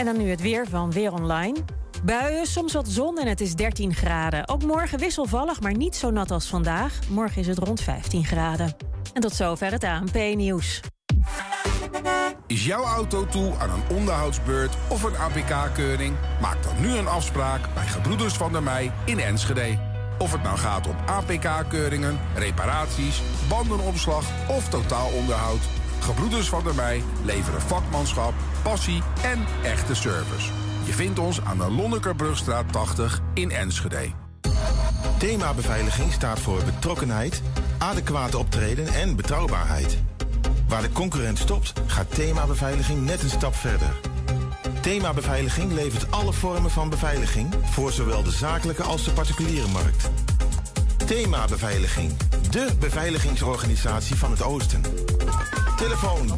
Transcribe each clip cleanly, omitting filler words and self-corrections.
En dan nu het weer van Weer Online. Buien, soms wat zon en het is 13 graden. Ook morgen wisselvallig, maar niet zo nat als vandaag. Morgen is het rond 15 graden. En tot zover het ANP-nieuws. Is jouw auto toe aan een onderhoudsbeurt of een APK-keuring? Maak dan nu een afspraak bij Gebroeders van der Meij in Enschede. Of het nou gaat om APK-keuringen, reparaties, bandenopslag of totaalonderhoud. Gebroeders van der Meij leveren vakmanschap, passie en echte service. Je vindt ons aan de Lonnekerbrugstraat 80 in Enschede. Thema beveiliging staat voor betrokkenheid, adequate optreden en betrouwbaarheid. Waar de concurrent stopt, gaat Thema Beveiliging net een stap verder. Thema Beveiliging levert alle vormen van beveiliging voor zowel de zakelijke als de particuliere markt. Thema Beveiliging, de beveiligingsorganisatie van het Oosten. Telefoon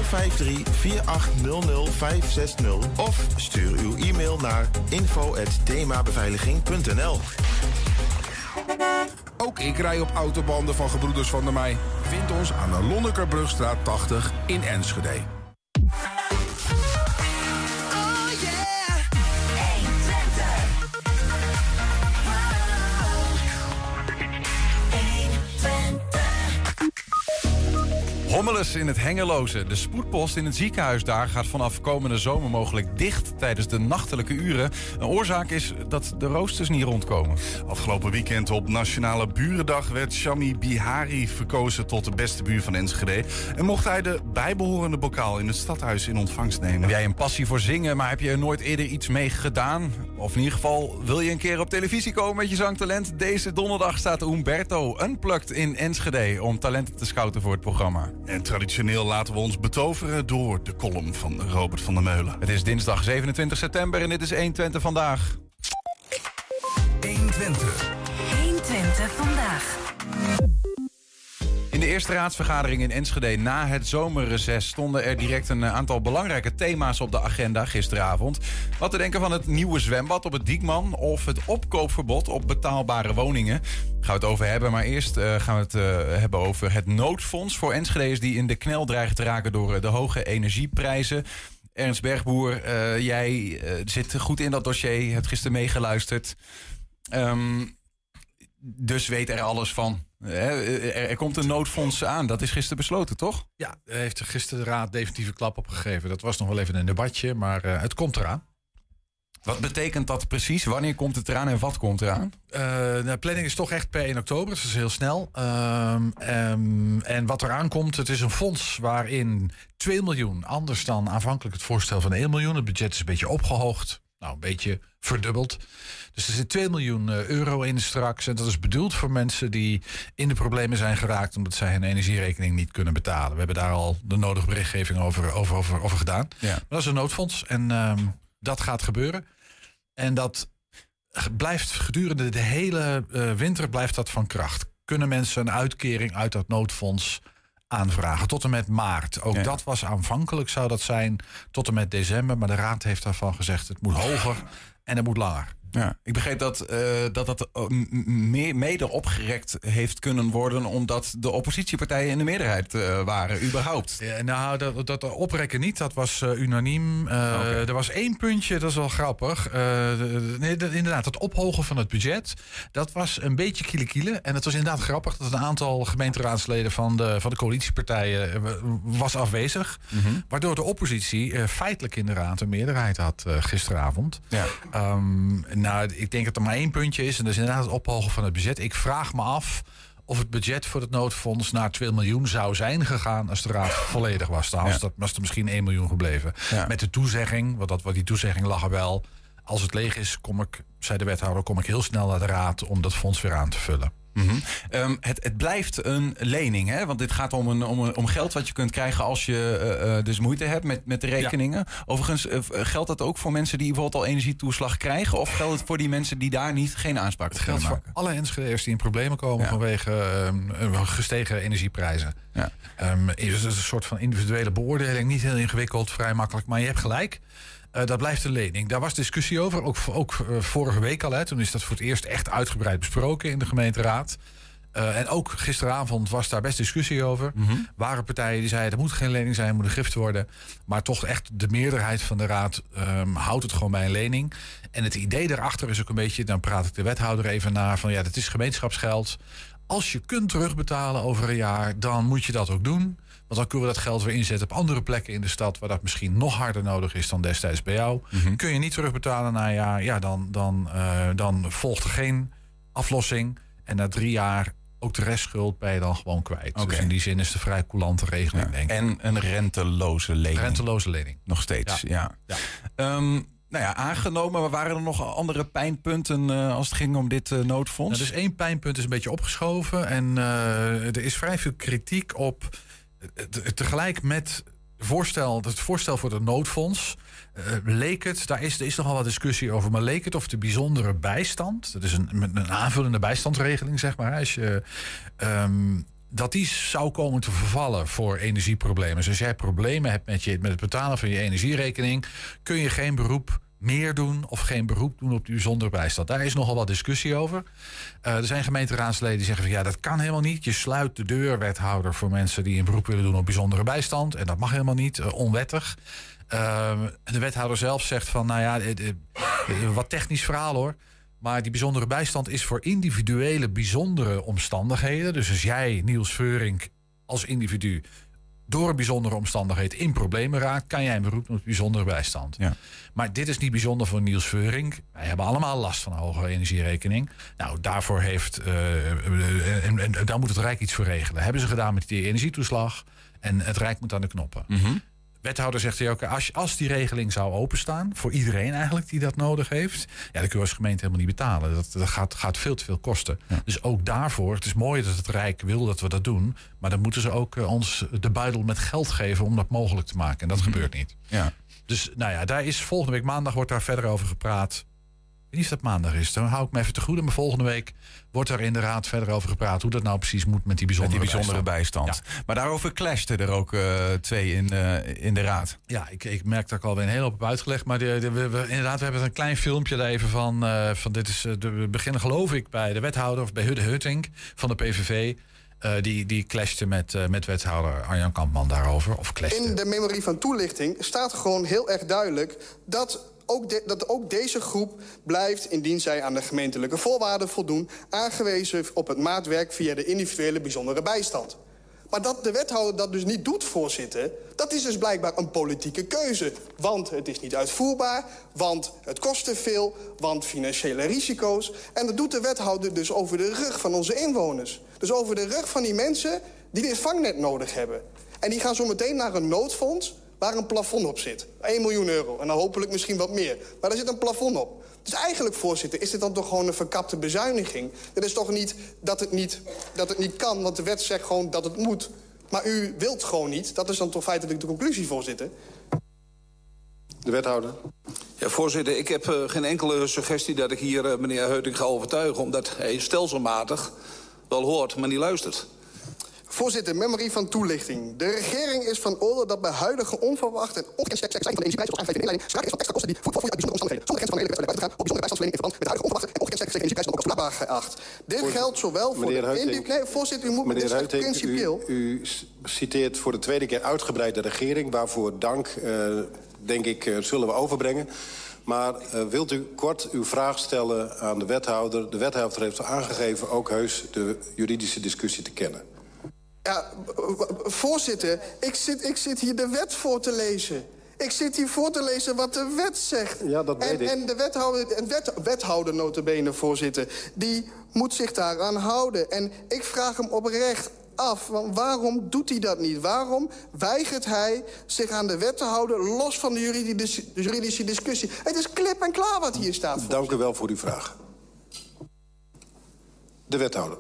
053-4800-560 of stuur uw e-mail naar info@themabeveiliging.nl. Ook ik rij op autobanden van Gebroeders van der Meij. Vind ons aan de Lonnekerbrugstraat 80 in Enschede. Hommeles in het Hengeloze. De spoedpost in het ziekenhuis daar gaat vanaf komende zomer mogelijk dicht tijdens de nachtelijke uren. Een oorzaak is dat de roosters niet rondkomen. Afgelopen weekend op Nationale Burendag werd Shami Bihari verkozen tot de beste buur van Enschede. En mocht hij de bijbehorende bokaal in het stadhuis in ontvangst nemen. Heb jij een passie voor zingen, maar heb je er nooit eerder iets mee gedaan? Of in ieder geval, wil je een keer op televisie komen met je zangtalent? Deze donderdag staat Umberto Unplugged in Enschede om talenten te scouten voor het programma. En traditioneel laten we ons betoveren door de column van Robert van der Meulen. Het is dinsdag 27 september en dit is 120 vandaag. 120. 120 vandaag. In de eerste raadsvergadering in Enschede na het zomerreces stonden er direct een aantal belangrijke thema's op de agenda gisteravond. Wat te denken van het nieuwe zwembad op het Diekman of het opkoopverbod op betaalbare woningen. Daar gaan we het over hebben, maar eerst gaan we het hebben over het noodfonds voor Enschede's die in de knel dreigen te raken door de hoge energieprijzen. Ernst Bergboer, jij zit goed in dat dossier, hebt gisteren meegeluisterd. Dus weet er alles van. Er komt een noodfonds aan. Dat is gisteren besloten, toch? Ja, daar heeft gisteren de Raad definitieve klap op gegeven. Dat was nog wel even een debatje, maar het komt eraan. Wat betekent dat precies? Wanneer komt het eraan en wat komt eraan? De planning is toch echt per 1 oktober. Dus dat is heel snel. En wat eraan komt, het is een fonds waarin 2 miljoen... anders dan aanvankelijk het voorstel van 1 miljoen. Het budget is een beetje opgehoogd. Nou, een beetje verdubbeld. Dus er zit 2 miljoen euro in straks. En dat is bedoeld voor mensen die in de problemen zijn geraakt omdat zij hun energierekening niet kunnen betalen. We hebben daar al de nodige berichtgeving over gedaan. Ja. Maar dat is een noodfonds en dat gaat gebeuren. En dat blijft gedurende de hele winter blijft dat van kracht. Kunnen mensen een uitkering uit dat noodfonds aanvragen tot en met maart. Ook dat was aanvankelijk, zou dat zijn, tot en met december. Maar de Raad heeft daarvan gezegd, het moet hoger en het moet langer. Ja, ik begreep dat mede opgerekt heeft kunnen worden omdat de oppositiepartijen in de meerderheid waren, überhaupt. Ja, nou, dat oprekken niet, dat was unaniem. Er was 1 puntje, dat is wel grappig. Inderdaad, het ophogen van het budget, dat was een beetje kiele. En het was inderdaad grappig dat een aantal gemeenteraadsleden van de coalitiepartijen was afwezig. Mm-hmm. Waardoor de oppositie feitelijk in de Raad een meerderheid had gisteravond. Ja. Nou, ik denk dat er maar 1 puntje is. En dat is inderdaad het ophogen van het budget. Ik vraag me af of het budget voor het noodfonds naar 2 miljoen zou zijn gegaan als de Raad volledig was. Dan was er misschien 1 miljoen gebleven. Ja. Met de toezegging, want die toezegging lag er wel. Als het leeg is, zei de wethouder, kom ik heel snel naar de Raad om dat fonds weer aan te vullen. Mm-hmm. Het blijft een lening, hè? Want dit gaat om geld wat je kunt krijgen als je dus moeite hebt met de rekeningen. Ja. Overigens, geldt dat ook voor mensen die bijvoorbeeld al energietoeslag krijgen? Of geldt het voor die mensen die daar geen aanspraak op kunnen maken? Het geldt voor alle Enschede'ers die in problemen komen vanwege gestegen energieprijzen. Ja. Is een soort van individuele beoordeling, niet heel ingewikkeld, vrij makkelijk, maar je hebt gelijk. Dat blijft een lening. Daar was discussie over, ook vorige week al. Toen is dat voor het eerst echt uitgebreid besproken in de gemeenteraad. En ook gisteravond was daar best discussie over. Waren partijen die zeiden, er moet geen lening zijn, er moet een gift worden. Maar toch echt de meerderheid van de raad houdt het gewoon bij een lening. En het idee daarachter is ook een beetje, dan praat ik de wethouder even na, van ja, dat is gemeenschapsgeld. Als je kunt terugbetalen over een jaar, dan moet je dat ook doen. Want dan kunnen we dat geld weer inzetten op andere plekken in de stad, waar dat misschien nog harder nodig is dan destijds bij jou. Kun je niet terugbetalen na een jaar, ja, dan volgt er geen aflossing. En na 3 jaar ook de restschuld ben je dan gewoon kwijt. Okay. Dus in die zin is het een vrij coulante regeling, denk ik. En een renteloze lening. Renteloze lening. Nog steeds, ja. Nou ja, aangenomen. Maar waren er nog andere pijnpunten als het ging om dit noodfonds? Nou, dus 1 pijnpunt is een beetje opgeschoven. En er is vrij veel kritiek op. Tegelijk met het voorstel voor het noodfonds leek het, daar is nogal wat discussie over, maar leek het of de bijzondere bijstand, dat is een aanvullende bijstandsregeling, zeg maar, als je, dat die zou komen te vervallen voor energieproblemen. Dus als jij problemen hebt met het betalen van je energierekening, kun je geen beroep meer doen of geen beroep doen op die bijzondere bijstand. Daar is nogal wat discussie over. Er zijn gemeenteraadsleden die zeggen van ja, dat kan helemaal niet. Je sluit de deur, wethouder, voor mensen die een beroep willen doen op bijzondere bijstand. En dat mag helemaal niet, onwettig. De wethouder zelf zegt van nou ja, wat technisch verhaal hoor. Maar die bijzondere bijstand is voor individuele bijzondere omstandigheden. Dus als jij, Niels Veurink, als individu door een bijzondere omstandigheid in problemen raakt, kan jij een beroep doen op bijzondere bijstand. Ja. Maar dit is niet bijzonder voor Niels Veurink. Wij hebben allemaal last van een hogere energierekening. Nou, daarvoor daar moet het Rijk iets voor regelen. Hebben ze gedaan met die energietoeslag. En het Rijk moet aan de knoppen. Wethouder zegt hij ook, als die regeling zou openstaan, voor iedereen eigenlijk die dat nodig heeft, ja, dan kun je als gemeente helemaal niet betalen. Dat gaat veel te veel kosten. Ja. Dus ook daarvoor, het is mooi dat het Rijk wil dat we dat doen, maar dan moeten ze ook ons de buidel met geld geven om dat mogelijk te maken. En dat gebeurt niet. Ja. Dus nou ja, daar is volgende week maandag wordt daar verder over gepraat. Ik weet niet of dat maandag is, dan hou ik me even te goede. Maar volgende week wordt er in de raad verder over gepraat hoe dat nou precies moet met die bijzondere bijstand. Ja. Maar daarover clashten er ook 2 in de raad. Ja, ik merk dat ik alweer een hele hoop heb uitgelegd. Maar inderdaad, we hebben een klein filmpje daar even van dit is, we beginnen geloof ik bij de wethouder of bij Hudde Huttink van de PVV. Die clashte met wethouder Arjan Kampman daarover. Of clashte. In de memorie van toelichting staat gewoon heel erg duidelijk dat ook deze groep blijft, indien zij aan de gemeentelijke voorwaarden voldoen, aangewezen op het maatwerk via de individuele bijzondere bijstand. Maar dat de wethouder dat dus niet doet, voorzitter, dat is dus blijkbaar een politieke keuze. Want het is niet uitvoerbaar, want het kost te veel, want financiële risico's. En dat doet de wethouder dus over de rug van onze inwoners. Dus over de rug van die mensen die dit vangnet nodig hebben. En die gaan zo meteen naar een noodfonds waar een plafond op zit. 1 miljoen euro. En dan hopelijk misschien wat meer. Maar daar zit een plafond op. Dus eigenlijk, voorzitter, is dit dan toch gewoon een verkapte bezuiniging? Het is toch niet dat het niet kan, want de wet zegt gewoon dat het moet. Maar u wilt gewoon niet. Dat is dan toch feitelijk de conclusie, voorzitter. De wethouder. Ja, voorzitter, ik heb geen enkele suggestie dat ik hier meneer Heutink ga overtuigen, omdat hij stelselmatig wel hoort, maar niet luistert. Voorzitter, memorie van toelichting. De regering is van oordeel dat bij huidige onverwachte en ongekende stijging van de energieprijs, zoals aangegeven in de inleiding, sprake is van extra kosten die voor uit bijzondere omstandigheden zonder grens van redelijkheid buiten gaan op bijzondere bijstandsverlening in verband met de huidige onverwachte en ongekende stijging van de energieprijs dan ook als verlaatbaar geacht. Dit geldt zowel voor de nee, voorzitter, u moet me dus echt principieel. U citeert voor de tweede keer uitgebreid de regering, waarvoor dank, denk ik, zullen we overbrengen. Maar wilt u kort uw vraag stellen aan de wethouder? De wethouder heeft aangegeven ook heus de juridische discussie te kennen. Ja, voorzitter, ik zit hier de wet voor te lezen. Ik zit hier voor te lezen wat de wet zegt. Ja, dat weet ik. En de wethouder nota bene, voorzitter, die moet zich daaraan houden. En ik vraag hem oprecht af, want waarom doet hij dat niet? Waarom weigert hij zich aan de wet te houden, los van de juridische discussie? Het is klip en klaar wat hier staat, voorzitter. Dank u wel voor uw vraag. De wethouder.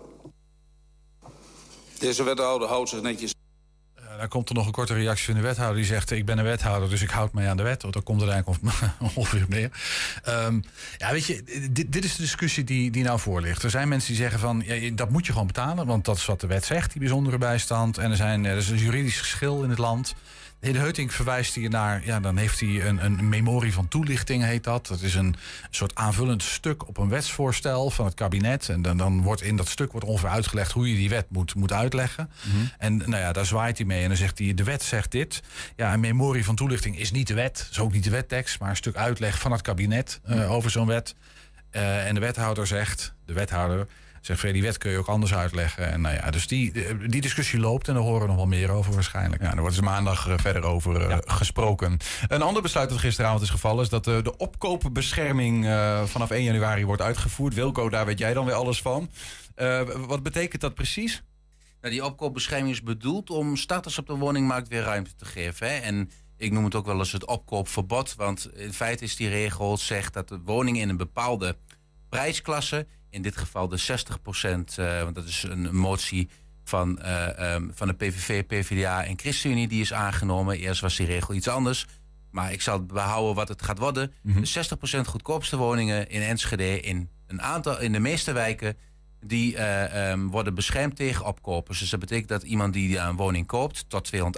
Deze wethouder houdt zich netjes. Dan komt er nog een korte reactie van de wethouder. Die zegt, ik ben een wethouder, dus ik houd mij aan de wet. Daar komt het eigenlijk ongeveer op neer. Ja, weet je, dit is de discussie die nou voor ligt. Er zijn mensen die zeggen van, ja, dat moet je gewoon betalen. Want dat is wat de wet zegt, die bijzondere bijstand. En er is een juridisch geschil in het land. De heer Heutink verwijst hier naar, dan heeft hij een memorie van toelichting, heet dat. Dat is een soort aanvullend stuk op een wetsvoorstel van het kabinet. En dan wordt in dat stuk ongeveer uitgelegd hoe je die wet moet uitleggen. Mm-hmm. En daar zwaait hij mee en dan zegt hij, de wet zegt dit. Ja, een memorie van toelichting is niet de wet, is ook niet de wettekst, maar een stuk uitleg van het kabinet over zo'n wet. En de wethouder zegt, die wet kun je ook anders uitleggen. En dus die discussie loopt en daar horen we nog wel meer over waarschijnlijk. Ja, daar wordt dus maandag verder over gesproken. Een ander besluit dat gisteravond is gevallen is dat de opkoopbescherming vanaf 1 januari wordt uitgevoerd. Wilco, daar weet jij dan weer alles van. Wat betekent dat precies? Nou, die opkoopbescherming is bedoeld om starters op de woningmarkt weer ruimte te geven. Hè? En ik noem het ook wel eens het opkoopverbod. Want in feite is die regel zegt dat de woningen in een bepaalde prijsklasse, in dit geval de 60%, want dat is een motie van de PVV, PvdA en ChristenUnie, die is aangenomen. Eerst was die regel iets anders, maar ik zal behouden wat het gaat worden. Mm-hmm. De 60% goedkoopste woningen in Enschede in de meeste wijken, die worden beschermd tegen opkopers. Dus dat betekent dat iemand die een woning koopt tot €288.000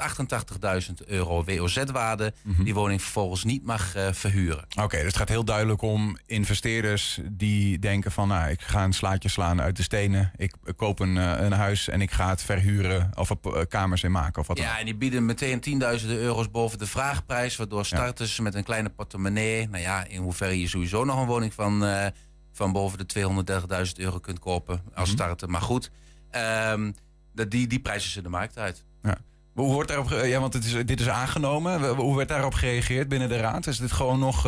WOZ-waarde, die woning vervolgens niet mag verhuren. Oké, dus het gaat heel duidelijk om investeerders die denken van, ik ga een slaatje slaan uit de stenen. Ik koop een huis en ik ga het verhuren of er kamers in maken of wat dan. Ja, en die bieden meteen tienduizenden euro's boven de vraagprijs, waardoor starters met een kleine portemonnee, in hoeverre je sowieso nog een woning van boven de €230.000 kunt kopen als starter. Maar goed, die prijzen ze de markt uit. Ja. Hoe wordt daarop want dit is aangenomen. Hoe werd daarop gereageerd binnen de raad? Is dit gewoon nog,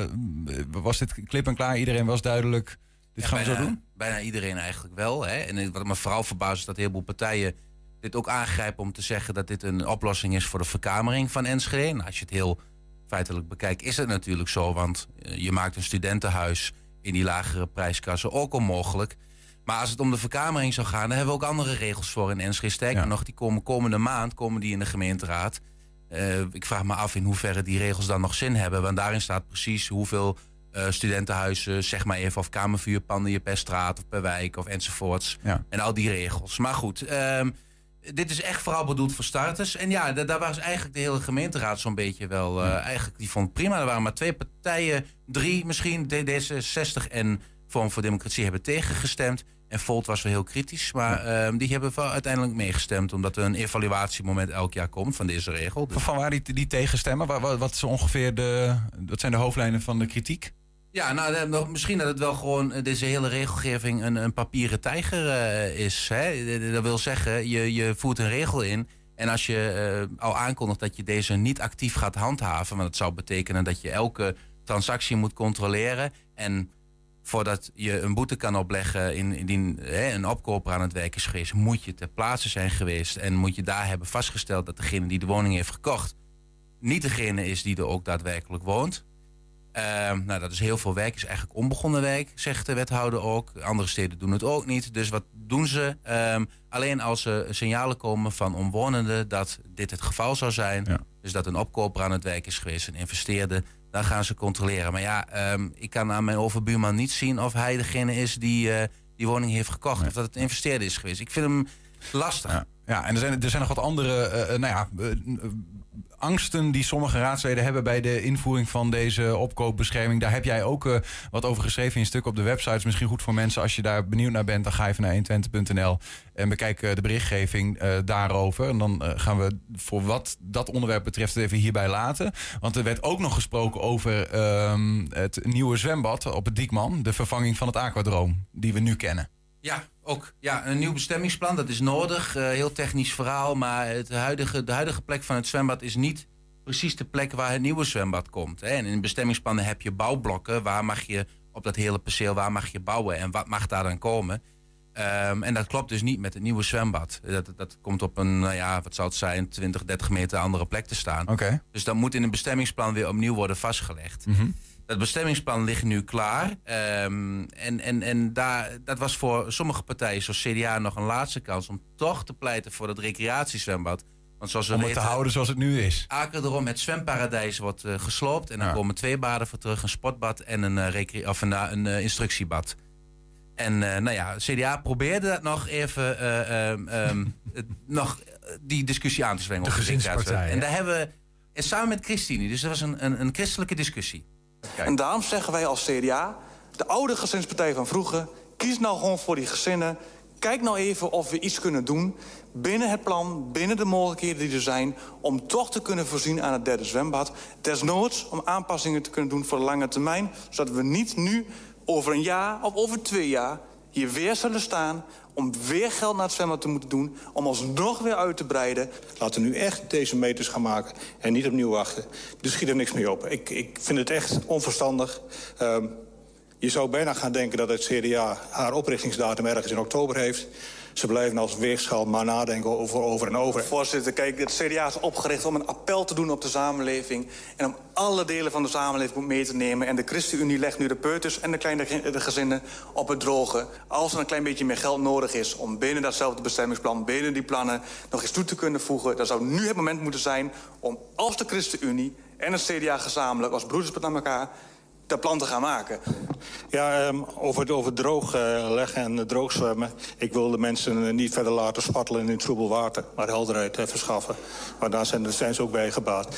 was dit klip en klaar? Iedereen was duidelijk, dit gaan we zo doen? Bijna iedereen eigenlijk wel. Hè? En wat me vooral verbaast is dat een heleboel partijen dit ook aangrijpen om te zeggen dat dit een oplossing is voor de verkamering van Enschede. Nou, als je het heel feitelijk bekijkt, is het natuurlijk zo. Want je maakt een studentenhuis in die lagere prijsklasse ook onmogelijk. Maar als het om de verkamering zou gaan, dan hebben we ook andere regels voor in Enschede. Sterker nog, die komen komende maand in de gemeenteraad. Ik vraag me af in hoeverre die regels dan nog zin hebben. Want daarin staat precies hoeveel studentenhuizen, zeg maar even, of kamervuurpanden je per straat of per wijk of enzovoorts. Ja. En al die regels. Maar goed, dit is echt vooral bedoeld voor starters. En daar was eigenlijk de hele gemeenteraad zo'n beetje wel. Eigenlijk, die vond het prima. Er waren maar 2 partijen, 3 misschien, D66 en Forum voor Democratie hebben tegengestemd. En Volt was wel heel kritisch, maar die hebben wel uiteindelijk meegestemd, omdat er een evaluatiemoment elk jaar komt van deze regel. Dus van waar die tegenstemmen? Wat is ongeveer wat zijn de hoofdlijnen van de kritiek? Ja, misschien dat het wel gewoon deze hele regelgeving een papieren tijger is. Hè? Dat wil zeggen, je voert een regel in. En als je al aankondigt dat je deze niet actief gaat handhaven, want dat zou betekenen dat je elke transactie moet controleren. En voordat je een boete kan opleggen indien een opkoper aan het werk is geweest, moet je ter plaatse zijn geweest. En moet je daar hebben vastgesteld dat degene die de woning heeft gekocht niet degene is die er ook daadwerkelijk woont. Dat is heel veel werk, is eigenlijk onbegonnen werk, zegt de wethouder ook. Andere steden doen het ook niet. Dus wat doen ze? Alleen als er signalen komen van omwonenden dat dit het geval zou zijn, dus dat een opkoper aan het werk is geweest, een investeerder, dan gaan ze controleren. Maar ik kan aan mijn overbuurman niet zien of hij degene is die die woning heeft gekocht. Of dat het een investeerder is geweest. Ik vind hem lastig. Ja, en er zijn nog wat andere angsten die sommige raadsleden hebben bij de invoering van deze opkoopbescherming. Daar heb jij ook wat over geschreven in een stuk op de website. Is misschien goed voor mensen. Als je daar benieuwd naar bent, dan ga even naar 120.nl en bekijk de berichtgeving daarover. En dan gaan we voor wat dat onderwerp betreft het even hierbij laten. Want er werd ook nog gesproken over het nieuwe zwembad op het Diekman. De vervanging van het Aquadroom, die we nu kennen. Ja, ook. Ja, een nieuw bestemmingsplan, dat is nodig. Heel technisch verhaal, maar de huidige plek van het zwembad is niet precies de plek waar het nieuwe zwembad komt. Hè. En in bestemmingsplannen heb je bouwblokken. Waar mag je op dat hele perceel, waar mag je bouwen en wat mag daar dan komen? En dat klopt dus niet met het nieuwe zwembad. Dat komt op een, wat zal het zijn, 20, 30 meter andere plek te staan. Okay. Dus dat moet in een bestemmingsplan weer opnieuw worden vastgelegd. Mm-hmm. Dat bestemmingsplan ligt nu klaar. Dat was voor sommige partijen, zoals CDA, nog een laatste kans om toch te pleiten voor dat recreatiezwembad. Want zoals we om weten, het te houden zoals het nu is. Akeldrom, het zwemparadijs, wordt gesloopt. En dan komen 2 baden voor terug. Een sportbad en een instructiebad. En CDA probeerde dat nog even die discussie aan te zwengelen. De gezinspartij. En daar hebben we En samen met ChristenUnie. Dus dat was een christelijke discussie. Kijk. En daarom zeggen wij als CDA, de oude gezinspartij van vroeger, kies nou gewoon voor die gezinnen. Kijk nou even of we iets kunnen doen binnen het plan, binnen de mogelijkheden die er zijn, om toch te kunnen voorzien aan het derde zwembad. Desnoods om aanpassingen te kunnen doen voor de lange termijn, zodat we niet nu over een jaar of over 2 jaar hier weer zullen staan om weer geld naar het zwembad te moeten doen, om ons nog weer uit te breiden. Laten we nu echt deze meters gaan maken en niet opnieuw wachten. Er schiet er niks mee op. Ik vind het echt onverstandig. Je zou bijna gaan denken dat het CDA haar oprichtingsdatum ergens in oktober heeft. Ze blijven als weegschaal maar nadenken over en over. Voorzitter, kijk, het CDA is opgericht om een appel te doen op de samenleving en om alle delen van de samenleving mee te nemen. En de ChristenUnie legt nu de peuters en de gezinnen op het droge. Als er een klein beetje meer geld nodig is om binnen datzelfde bestemmingsplan, binnen die plannen, nog iets toe te kunnen voegen, dan zou nu het moment moeten zijn om als de ChristenUnie en het CDA gezamenlijk, als broeders met elkaar, dat plan te gaan maken. Ja, over droog leggen en droog zwemmen. Ik wil de mensen niet verder laten spartelen in troebel water, maar helderheid verschaffen. Maar daar zijn ze ook bij gebaat.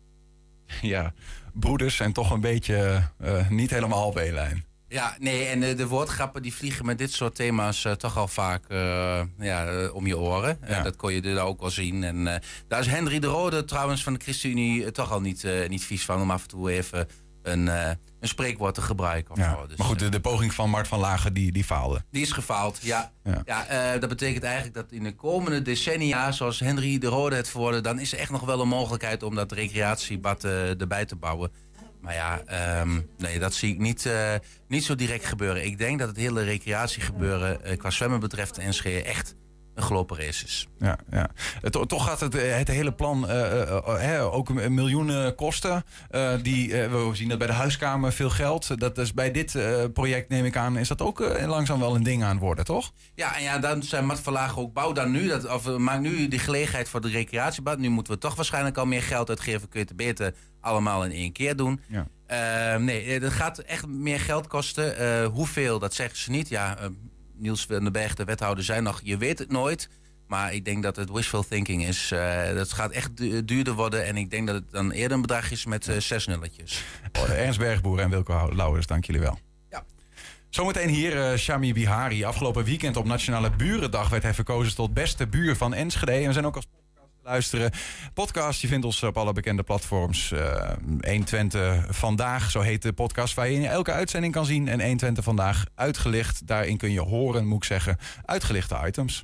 Ja, broeders en toch een beetje niet helemaal op één lijn. Ja, nee, en de woordgrappen die vliegen met dit soort thema's toch al vaak om je oren. Ja. Dat kon je er ook wel zien. En daar is Henry de Rode trouwens van de ChristenUnie toch al niet vies van om af en toe even een spreekwoord te gebruiken. Ja, zo. Dus, maar goed, de poging van Mart van Lagen die faalde. Die is gefaald, ja. Dat betekent eigenlijk dat in de komende decennia, zoals Henry de Rode het verwoordde, dan is er echt nog wel een mogelijkheid om dat recreatiebad erbij te bouwen. Maar ja, nee, dat zie ik niet zo direct gebeuren. Ik denk dat het hele recreatiegebeuren qua zwemmen betreft de Enschede echt een gelopen race is. Ja. Toch gaat het hele plan ook miljoenen kosten. We zien dat bij de huiskamer veel geld. Dat is bij dit project, neem ik aan, is dat ook langzaam wel een ding aan het worden, toch? Ja, en ja, dan zijn Mart van Lagen ook, bouw dan nu, maak nu die gelegenheid voor de recreatiebad. Nu moeten we toch waarschijnlijk al meer geld uitgeven. Kun je het beter allemaal in 1 keer doen. Ja. Nee, dat gaat echt meer geld kosten. Hoeveel, dat zeggen ze niet. Ja, Niels van den Berg, de wethouder, zei nog, je weet het nooit. Maar ik denk dat het wishful thinking is. Dat gaat echt duurder worden. En ik denk dat het dan eerder een bedrag is met 6 nulletjes. Ernst Bergboer en Wilco Lauwers, dank jullie wel. Ja. Zometeen hier Shami Bihari. Afgelopen weekend op Nationale Burendag werd hij verkozen tot beste buur van Enschede. En we zijn ook als podcast te luisteren. Podcast, je vindt ons op alle bekende platforms. 120 Vandaag, zo heet de podcast, waar je in elke uitzending kan zien. En 120 Vandaag uitgelicht. Daarin kun je horen, moet ik zeggen, uitgelichte items.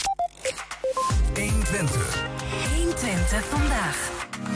120. 120 Vandaag.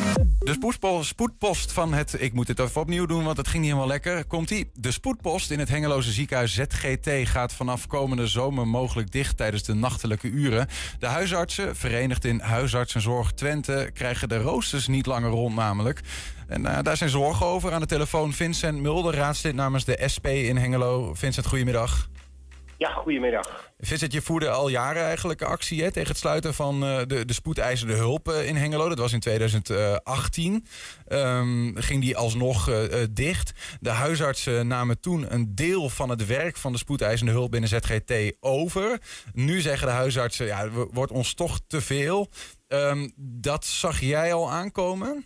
De spoedpost van het... Ik moet dit even opnieuw doen, want het ging niet helemaal lekker. Komt-ie. De spoedpost in het Hengeloze ziekenhuis ZGT gaat vanaf komende zomer mogelijk dicht tijdens de nachtelijke uren. De huisartsen, verenigd in Huisartsenzorg Twente, krijgen de roosters niet langer rond namelijk. En daar zijn zorgen over. Aan de telefoon Vincent Mulder, raadslid namens de SP in Hengelo. Vincent, goedemiddag. Ja, goedemiddag. Vincent, je voerde al jaren eigenlijk actie tegen het sluiten van de spoedeisende hulp in Hengelo. Dat was in 2018. Ging die alsnog dicht. De huisartsen namen toen een deel van het werk van de spoedeisende hulp binnen ZGT over. Nu zeggen de huisartsen, ja, het wordt ons toch te veel. Dat zag jij al aankomen?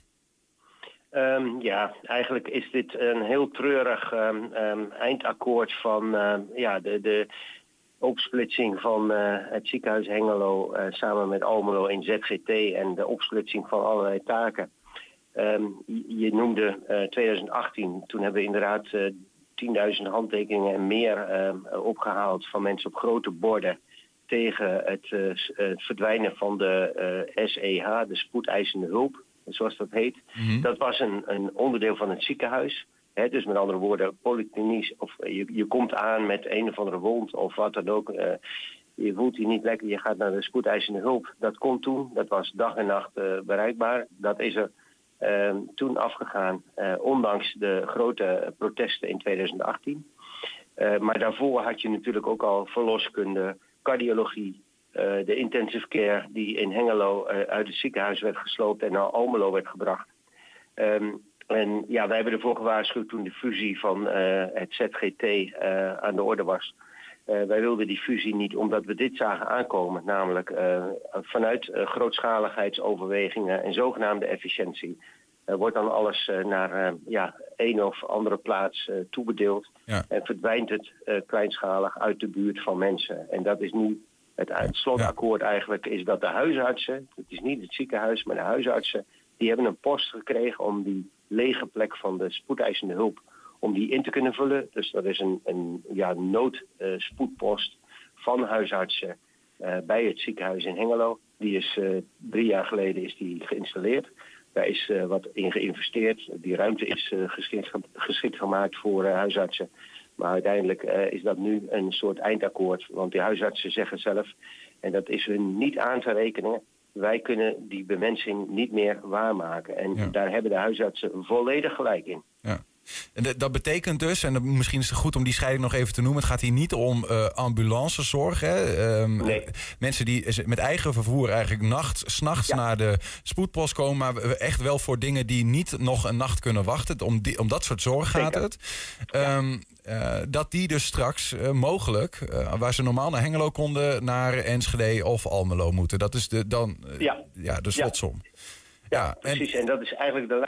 Ja, eigenlijk is dit een heel treurig eindakkoord van de opsplitsing van het ziekenhuis Hengelo samen met Almelo in ZGT en de opsplitsing van allerlei taken. Je noemde 2018, toen hebben we inderdaad 10.000 handtekeningen en meer opgehaald van mensen op grote borden tegen het verdwijnen van de SEH, de spoedeisende hulp, zoals dat heet. Mm-hmm. Dat was een onderdeel van het ziekenhuis. Dus met andere woorden, polyklinisch, of je komt aan met een of andere wond of wat dan ook. Je voelt je niet lekker, je gaat naar de spoedeisende hulp. Dat kon toen, dat was dag en nacht bereikbaar. Dat is er toen afgegaan, ondanks de grote protesten in 2018. Maar daarvoor had je natuurlijk ook al verloskunde, cardiologie, de intensive care die in Hengelo uit het ziekenhuis werd gesloopt en naar Almelo werd gebracht. En ja, wij hebben ervoor gewaarschuwd toen de fusie van het ZGT aan de orde was. Wij wilden die fusie niet omdat we dit zagen aankomen, namelijk vanuit grootschaligheidsoverwegingen en zogenaamde efficiëntie wordt dan alles naar een of andere plaats toebedeeld. Ja. En verdwijnt het kleinschalig uit de buurt van mensen. En dat is nu het slotakkoord eigenlijk, is dat de huisartsen, het is niet het ziekenhuis, maar de huisartsen, die hebben een post gekregen om die lege plek van de spoedeisende hulp, om die in te kunnen vullen. Dus dat is een noodspoedpost van huisartsen bij het ziekenhuis in Hengelo. Die is 3 jaar geleden is die geïnstalleerd. Daar is wat in geïnvesteerd. Die ruimte is geschikt gemaakt voor huisartsen. Maar uiteindelijk is dat nu een soort eindakkoord. Want die huisartsen zeggen zelf, en dat is hun niet aan te rekenen, wij kunnen die bemensing niet meer waarmaken. En daar hebben de huisartsen volledig gelijk in. Ja. En dat betekent dus, en misschien is het goed om die scheiding nog even te noemen, het gaat hier niet om ambulancezorg. Hè? Nee. Mensen die met eigen vervoer eigenlijk 's nachts naar de spoedpost komen, maar echt wel voor dingen die niet nog een nacht kunnen wachten. Om dat soort zorg gaat het. Dat die dus straks mogelijk, waar ze normaal naar Hengelo konden, naar Enschede of Almelo moeten. Dat is de slotsom. Ja, precies. En dat is eigenlijk de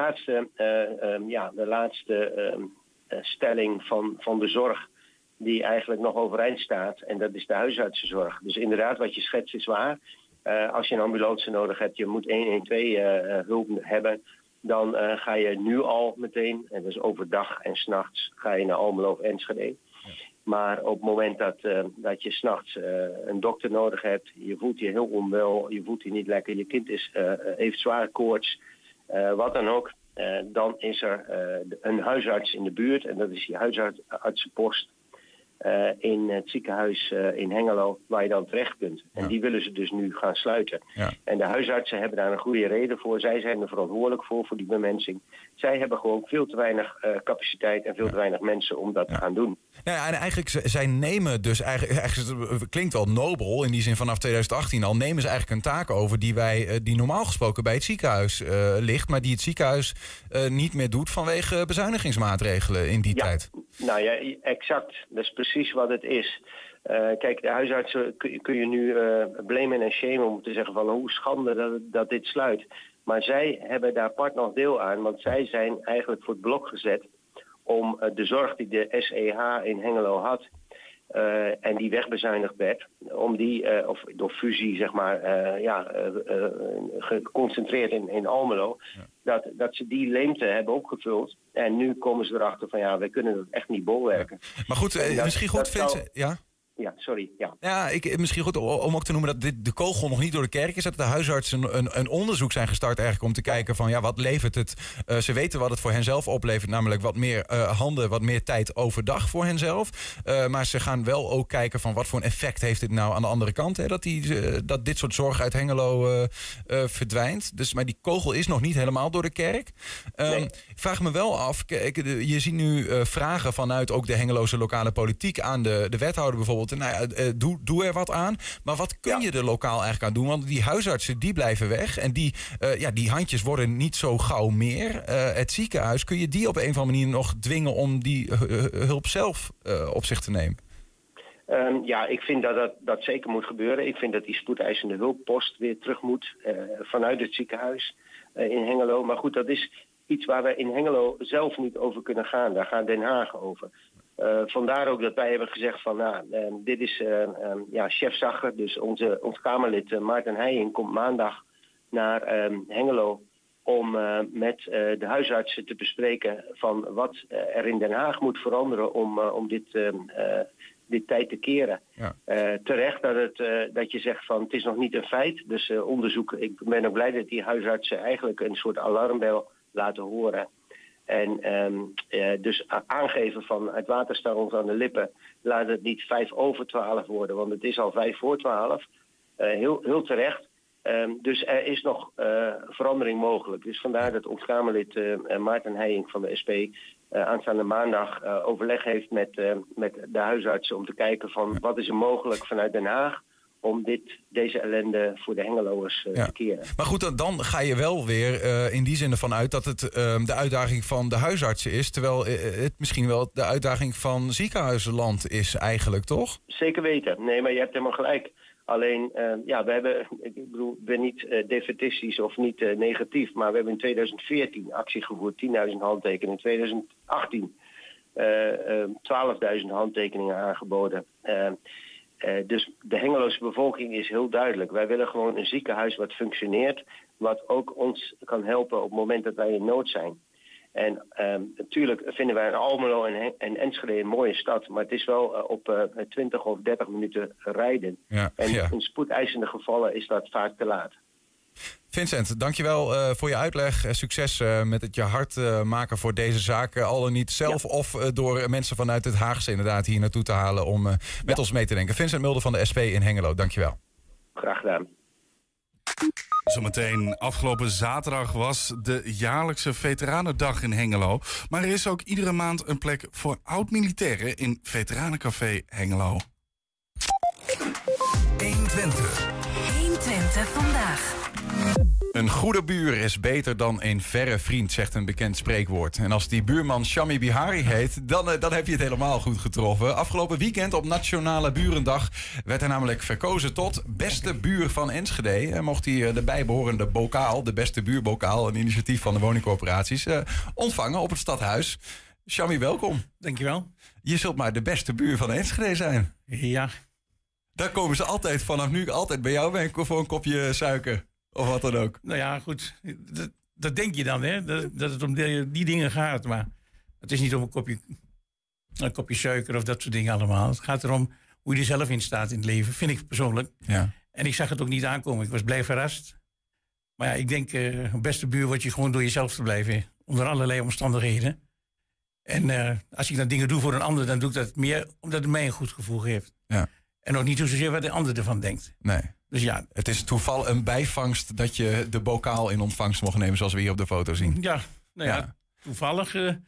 laatste stelling van de zorg die eigenlijk nog overeind staat. En dat is de huisartsenzorg. Dus inderdaad, wat je schetst is waar. Als je een ambulance nodig hebt, je moet 112 hulp hebben, dan ga je nu al meteen, en dus overdag en 's nachts, ga je naar Almelo of Enschede. Maar op het moment dat je 's nachts een dokter nodig hebt, je voelt je heel onwel, je voelt je niet lekker, je kind heeft zware koorts, wat dan ook, dan is er een huisarts in de buurt en dat is die huisartsenpost in het ziekenhuis in Hengelo, waar je dan terecht kunt. En die willen ze dus nu gaan sluiten. Ja. En de huisartsen hebben daar een goede reden voor. Zij zijn er verantwoordelijk voor die bemensing. Zij hebben gewoon veel te weinig capaciteit en veel te weinig mensen om dat te gaan doen. Ja, en eigenlijk, zij nemen dus eigenlijk klinkt wel nobel, in die zin vanaf 2018 al, nemen ze eigenlijk een taak over die normaal gesproken bij het ziekenhuis ligt, maar die het ziekenhuis niet meer doet vanwege bezuinigingsmaatregelen in die tijd. Nou ja, exact. Dat is precies wat het is. Kijk, de huisartsen kun je nu blamen en shamen om te zeggen van hoe schande dat dit sluit. Maar zij hebben daar apart nog deel aan, want zij zijn eigenlijk voor het blok gezet om de zorg die de SEH in Hengelo had en die wegbezuinigd werd, om die, of door fusie zeg maar, geconcentreerd in Almelo, dat ze die leemte hebben opgevuld. En nu komen ze erachter van wij kunnen dat echt niet bolwerken. Ja. Maar goed, misschien goed Vincent, ja? Ja, sorry. Misschien goed om ook te noemen dat de kogel nog niet door de kerk is. Dat de huisartsen een onderzoek zijn gestart eigenlijk om te kijken van wat levert het. Ze weten wat het voor henzelf oplevert, namelijk wat meer handen, wat meer tijd overdag voor henzelf. Maar ze gaan wel ook kijken van wat voor een effect heeft dit nou aan de andere kant. Hè, dat dit soort zorg uit Hengelo verdwijnt. Dus, maar die kogel is nog niet helemaal door de kerk. Ik vraag me wel af, je ziet nu vragen vanuit ook de Hengeloze lokale politiek aan de wethouder bijvoorbeeld. Doe er wat aan. Maar wat kun je er lokaal eigenlijk aan doen? Want die huisartsen die blijven weg. En die handjes worden niet zo gauw meer. Het ziekenhuis, kun je die op een of andere manier nog dwingen om die hulp zelf op zich te nemen? Ik vind dat zeker moet gebeuren. Ik vind dat die spoedeisende hulppost weer terug moet vanuit het ziekenhuis in Hengelo. Maar goed, dat is iets waar we in Hengelo zelf niet over kunnen gaan. Daar gaat Den Haag over. Vandaar ook dat wij hebben gezegd van dit is chef Zagger, dus ons Kamerlid Maarten Heijing komt maandag naar Hengelo om met de huisartsen te bespreken van wat er in Den Haag moet veranderen om dit tijd te keren. Ja. Terecht dat je zegt van het is nog niet een feit, dus onderzoek. Ik ben ook blij dat die huisartsen eigenlijk een soort alarmbel laten horen. En dus aangeven van het water staat ons aan de lippen. Laat het niet 11:55 worden, want het is al 11:55. Heel terecht. Dus er is nog verandering mogelijk. Dus vandaar dat ons Kamerlid Maarten Heijing van de SP aanstaande maandag overleg heeft met de huisartsen om te kijken van wat is er mogelijk vanuit Den Haag om deze ellende voor de Hengeloers te keren. Maar goed, dan ga je wel weer in die zin ervan uit dat het de uitdaging van de huisartsen is, terwijl het misschien wel de uitdaging van ziekenhuizenland is eigenlijk, toch? Zeker weten. Nee, maar je hebt helemaal gelijk. Alleen, ik ben niet defetistisch of niet negatief, maar we hebben in 2014 actie gevoerd, 10.000 handtekeningen. In 2018 12.000 handtekeningen aangeboden. Dus de Hengeloze bevolking is heel duidelijk. Wij willen gewoon een ziekenhuis wat functioneert, wat ook ons kan helpen op het moment dat wij in nood zijn. En natuurlijk vinden wij Almelo en Enschede een mooie stad, maar het is wel op 20 of 30 minuten rijden. In spoedeisende gevallen is dat vaak te laat. Vincent, dankjewel voor je uitleg. Succes met het je hart maken voor deze zaak. Al dan niet zelf of door mensen vanuit het Haagse inderdaad hier naartoe te halen om met ons mee te denken. Vincent Mulder van de SP in Hengelo, dankjewel. Graag gedaan. Zometeen, afgelopen zaterdag was de jaarlijkse Veteranendag in Hengelo. Maar er is ook iedere maand een plek voor oud-militairen in Veteranencafé Hengelo. 120. 120 vandaag. Een goede buur is beter dan een verre vriend, zegt een bekend spreekwoord. En als die buurman Shami Bihari heet, dan heb je het helemaal goed getroffen. Afgelopen weekend op Nationale Burendag werd hij namelijk verkozen tot beste buur van Enschede. En mocht hij de bijbehorende bokaal, de beste buurbokaal, een initiatief van de woningcorporaties, ontvangen op het stadhuis. Shami, welkom. Dankjewel. Je zult maar de beste buur van Enschede zijn. Ja. Daar komen ze altijd vanaf nu altijd bij jou voor een kopje suiker. Of wat dan ook. Nou ja, goed. Dat denk je dan, hè? Dat het om die dingen gaat. Maar het is niet om een kopje suiker of dat soort dingen allemaal. Het gaat erom hoe je er zelf in staat in het leven, vind ik persoonlijk. Ja. En ik zag het ook niet aankomen. Ik was blij verrast. Maar ja, ik denk, beste buur word je gewoon door jezelf te blijven. Onder allerlei omstandigheden. En als ik dan dingen doe voor een ander, dan doe ik dat meer omdat het mij een goed gevoel geeft. Ja. En ook niet zozeer wat de ander ervan denkt. Nee. Dus ja. Het is toeval een bijvangst dat je de bokaal in ontvangst mocht nemen, zoals we hier op de foto zien. Ja, toevallig.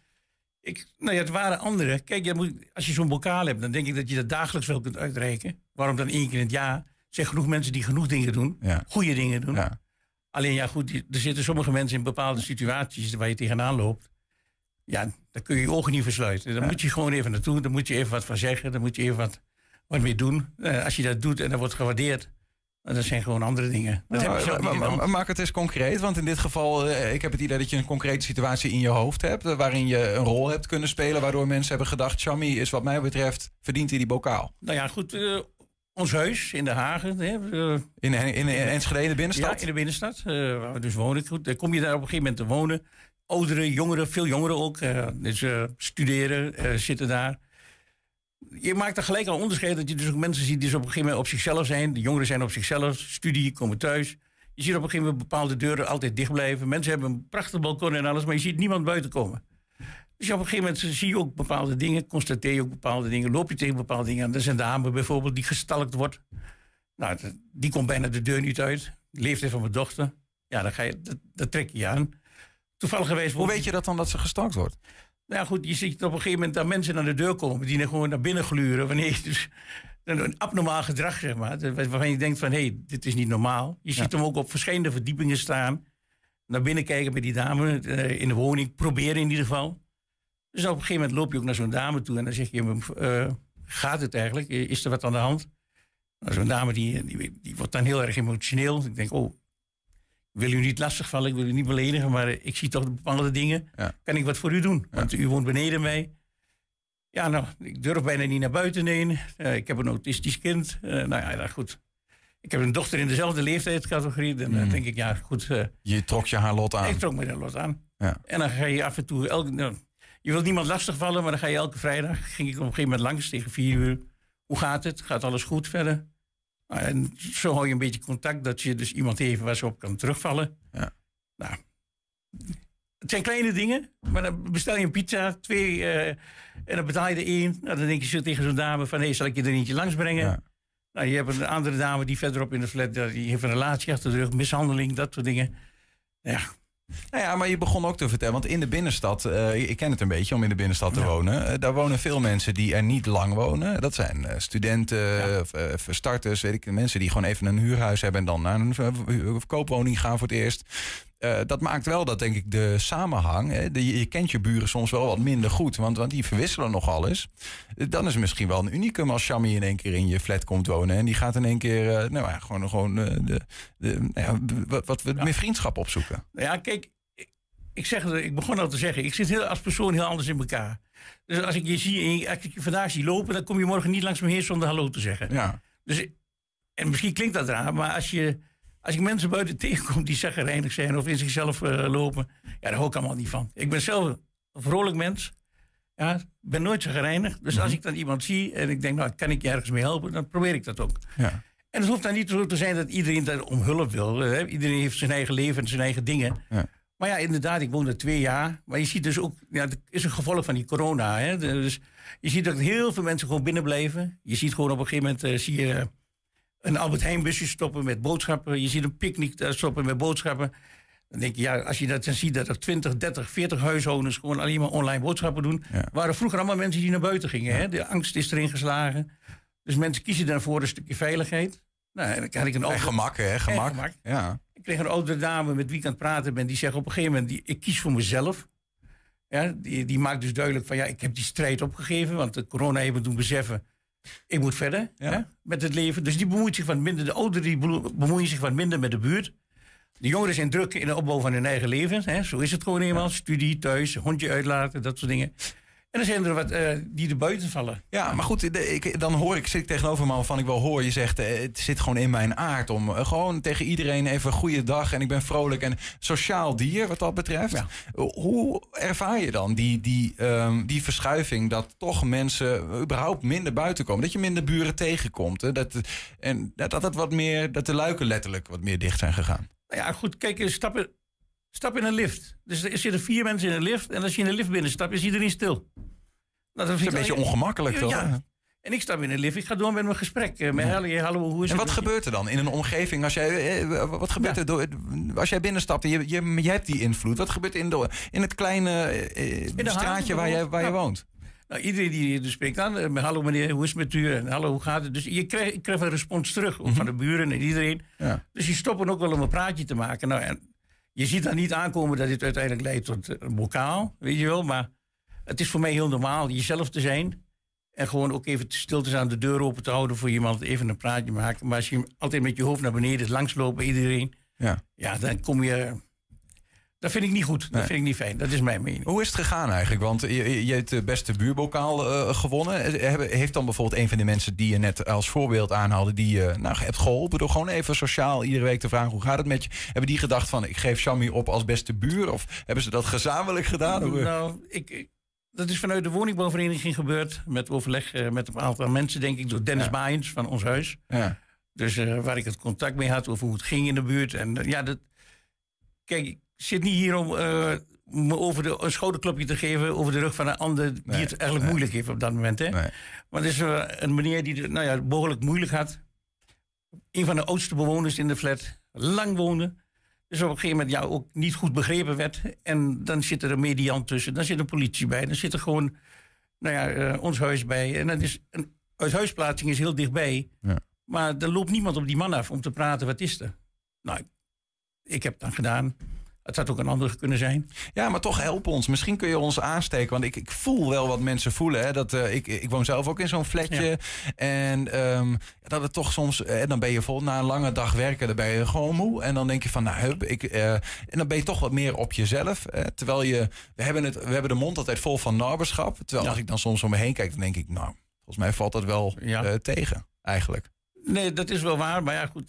Het waren anderen. Kijk, als je zo'n bokaal hebt, dan denk ik dat je dat dagelijks wel kunt uitreiken. Waarom dan 1 keer in het jaar? Er zijn genoeg mensen die genoeg dingen doen. Ja. Goede dingen doen. Ja. Alleen ja, goed, er zitten sommige mensen in bepaalde situaties waar je tegenaan loopt. Ja, daar kun je je ogen niet versluiten. Dan moet je gewoon even naartoe. Dan moet je even wat van zeggen. Dan moet je even wat mee doen. Als je dat doet en dat wordt gewaardeerd, dat zijn gewoon andere dingen. Maak het eens concreet, want in dit geval, ik heb het idee dat je een concrete situatie in je hoofd hebt, waarin je een rol hebt kunnen spelen, waardoor mensen hebben gedacht, Shami is wat mij betreft, verdient hij die bokaal. Nou ja, goed, ons huis in Den Haag. In Enschede, in de binnenstad? Ja, in de binnenstad, waar we dus wonen. Goed, dan kom je daar op een gegeven moment te wonen. Ouderen, jongeren, veel jongeren ook. Dus studeren, zitten daar. Je maakt er gelijk al onderscheid dat je dus ook mensen ziet die dus op een gegeven moment op zichzelf zijn. De jongeren zijn op zichzelf, studie, komen thuis. Je ziet op een gegeven moment bepaalde deuren altijd dicht blijven. Mensen hebben een prachtig balkon en alles, maar je ziet niemand buiten komen. Dus op een gegeven moment zie je ook bepaalde dingen, constateer je ook bepaalde dingen, loop je tegen bepaalde dingen aan. Er is een dame bijvoorbeeld die gestalkt wordt. Nou, die komt bijna de deur niet uit. De leeftijd van mijn dochter. Ja, dat trek je aan. Toevallig hoe weet je dat dan dat ze gestalkt wordt? Nou ja, goed, je ziet op een gegeven moment dat mensen naar de deur komen die gewoon naar binnen gluren. Wanneer je dus een abnormaal gedrag, zeg maar. Waarvan je denkt van, hé, dit is niet normaal. Je ziet hem ook op verschillende verdiepingen staan. Naar binnen kijken bij die dame in de woning. Proberen in ieder geval. Dus op een gegeven moment loop je ook naar zo'n dame toe. En dan zeg je, gaat het eigenlijk? Is er wat aan de hand? Nou, zo'n dame die wordt dan heel erg emotioneel. Ik denk, ik wil u niet lastigvallen, ik wil u niet beledigen, maar ik zie toch bepaalde dingen. Ja. Kan ik wat voor u doen? Want u woont beneden mij. Ja, nou, ik durf bijna niet naar buiten heen. Ik heb een autistisch kind. Goed. Ik heb een dochter in dezelfde leeftijdscategorie. Dan denk ik, ja, goed. Je trok je haar lot aan. Ik trok me haar lot aan. Ja. En dan ga je af en toe... je wilt niemand lastigvallen, maar dan ga je elke vrijdag... ging ik op een gegeven moment langs tegen 4 uur. Hoe gaat het? Gaat alles goed verder? En zo hou je een beetje contact dat je dus iemand heeft waar ze op kan terugvallen. Ja. Nou, het zijn kleine dingen, maar dan bestel je een pizza, 2 en dan betaal je er 1. Nou, dan denk je zo tegen zo'n dame van, zal ik je er eentje langs brengen? Ja. Nou, je hebt een andere dame die verderop in de flat, die heeft een relatie achter de rug, mishandeling, dat soort dingen. Ja. Nou ja, maar je begon ook te vertellen, want in de binnenstad, ik ken het een beetje om in de binnenstad te wonen. Daar wonen veel mensen die er niet lang wonen. Dat zijn studenten, starters, weet ik, mensen die gewoon even een huurhuis hebben en dan naar een koopwoning gaan voor het eerst. dat maakt wel dat, denk ik, de samenhang... Hè, je kent je buren soms wel wat minder goed, want die verwisselen nogal eens. Dan is het misschien wel een unicum als Shami in één keer in je flat komt wonen. En die gaat in één keer wat meer vriendschap opzoeken. Ja, kijk, ik begon al te zeggen, ik zit als persoon heel anders in elkaar. Dus als ik je zie, als ik je vandaag zie lopen, dan kom je morgen niet langs me heen zonder hallo te zeggen. Ja. Dus, en misschien klinkt dat raar, maar als ik mensen buiten tegenkom die chagrijnig zijn of in zichzelf lopen, ja, daar hou ik allemaal niet van. Ik ben zelf een vrolijk mens. Ja, ben nooit chagrijnig. Dus als ik dan iemand zie en ik denk, nou, kan ik je ergens mee helpen, dan probeer ik dat ook. Ja. En het hoeft dan niet zo te zijn dat iedereen daar om hulp wil. Hè? Iedereen heeft zijn eigen leven en zijn eigen dingen. Ja. Maar ja, inderdaad, ik woon er 2 jaar. Maar je ziet dus ook, dat is een gevolg van die corona. Hè? Dus je ziet dat heel veel mensen gewoon binnen blijven. Je ziet gewoon op een gegeven moment, zie je een Albert Heijn busje stoppen met boodschappen. Je ziet een picknick stoppen met boodschappen. Dan denk je, ja, als je dat dan ziet dat er 20, 30, 40 huishoudens gewoon alleen maar online boodschappen doen. Ja. Waren vroeger allemaal mensen die naar buiten gingen. Ja. Hè? De angst is erin geslagen. Dus mensen kiezen daarvoor een stukje veiligheid. Nou, en dan had ik een gemak, hè? Gemak. Ja. Ik kreeg een oudere dame met wie ik aan het praten ben. Die zegt op een gegeven moment, ik kies voor mezelf. Ja, die maakt dus duidelijk van, ja, ik heb die strijd opgegeven. Want de corona heeft me doen beseffen, ik moet verder hè, met het leven. Dus die bemoeit zich wat minder. De ouderen die bemoeien zich wat minder met de buurt. De jongeren zijn druk in de opbouw van hun eigen leven. Hè. Zo is het gewoon eenmaal. Ja. Studie, thuis, hondje uitlaten, dat soort dingen. En dan zijn er wat die er buiten vallen. Ja, maar goed, dan zit ik tegenover me van ik wel hoor. Je zegt, het zit gewoon in mijn aard om gewoon tegen iedereen even een goede dag. En ik ben vrolijk en sociaal dier wat dat betreft. Ja. Hoe ervaar je dan die verschuiving dat toch mensen überhaupt minder buiten komen? Dat je minder buren tegenkomt. Hè? Dat de luiken letterlijk wat meer dicht zijn gegaan. Nou ja, goed, kijk, stap in een lift. Dus er zitten 4 mensen in een lift. En als je in een lift binnenstapt, is iedereen stil. Nou, dat is een beetje ongemakkelijk, toch? Ja. En ik stap in een lift. Ik ga door met mijn gesprek. Hallo, hoe is en het? wat gebeurt er dan in een omgeving? Wat gebeurt er als jij binnenstapt en je hebt die invloed? Wat gebeurt er in het kleine straatje waar je woont? Nou, iedereen die dus spreekt aan. Hallo meneer, hoe is het met u? En hallo, hoe gaat het? Dus ik krijg een respons terug. Ook van de buren en iedereen. Ja. Dus die stoppen ook wel om een praatje te maken. Nou, en je ziet dan niet aankomen dat dit uiteindelijk leidt tot een bokaal. Weet je wel, maar het is voor mij heel normaal jezelf te zijn. En gewoon ook even stil te staan, de deur open te houden voor iemand. Even een praatje maken. Maar als je altijd met je hoofd naar beneden langsloopt bij iedereen. Ja, dan kom je... Dat vind ik niet goed. Dat vind ik niet fijn. Dat is mijn mening. Hoe is het gegaan eigenlijk? Want je hebt de beste buurbokaal gewonnen. Heeft dan bijvoorbeeld een van de mensen die je net als voorbeeld aanhaalde, die je hebt geholpen door gewoon even sociaal iedere week te vragen hoe gaat het met je? Hebben die gedacht van ik geef Shami op als beste buur? Of hebben ze dat gezamenlijk gedaan? Nou, dat is vanuit de woningbouwvereniging gebeurd. Met overleg met een aantal mensen, denk ik, door Dennis Maaiens van ons huis. Ja. Dus waar ik het contact mee had over hoe het ging in de buurt. En kijk, ik zit niet hier om me over een schouderklopje te geven over de rug van een ander die het eigenlijk moeilijk heeft op dat moment. Hè? Nee. Maar er is een meneer die het behoorlijk moeilijk had. Een van de oudste bewoners in de flat, lang woonde. Dus op een gegeven moment ook niet goed begrepen werd. En dan zit er een mediant tussen, dan zit een politie bij. Dan zit er gewoon ons huis bij. En dan is een uithuisplaatsing is heel dichtbij. Ja. Maar er loopt niemand op die man af om te praten, wat is er? Nou, ik heb het dan gedaan. Het had ook een andere kunnen zijn. Ja, maar toch help ons. Misschien kun je ons aansteken. Want ik voel wel wat mensen voelen. Hè, dat, ik woon zelf ook in zo'n flatje. Ja. En dat het toch soms... dan ben je na een lange dag werken, dan ben je gewoon moe. En dan denk je van, en dan ben je toch wat meer op jezelf. Terwijl we hebben de mond altijd vol van naberschap. Terwijl als ik dan soms om me heen kijk, dan denk ik... Nou, volgens mij valt dat wel tegen, eigenlijk. Nee, dat is wel waar. Maar ja, goed...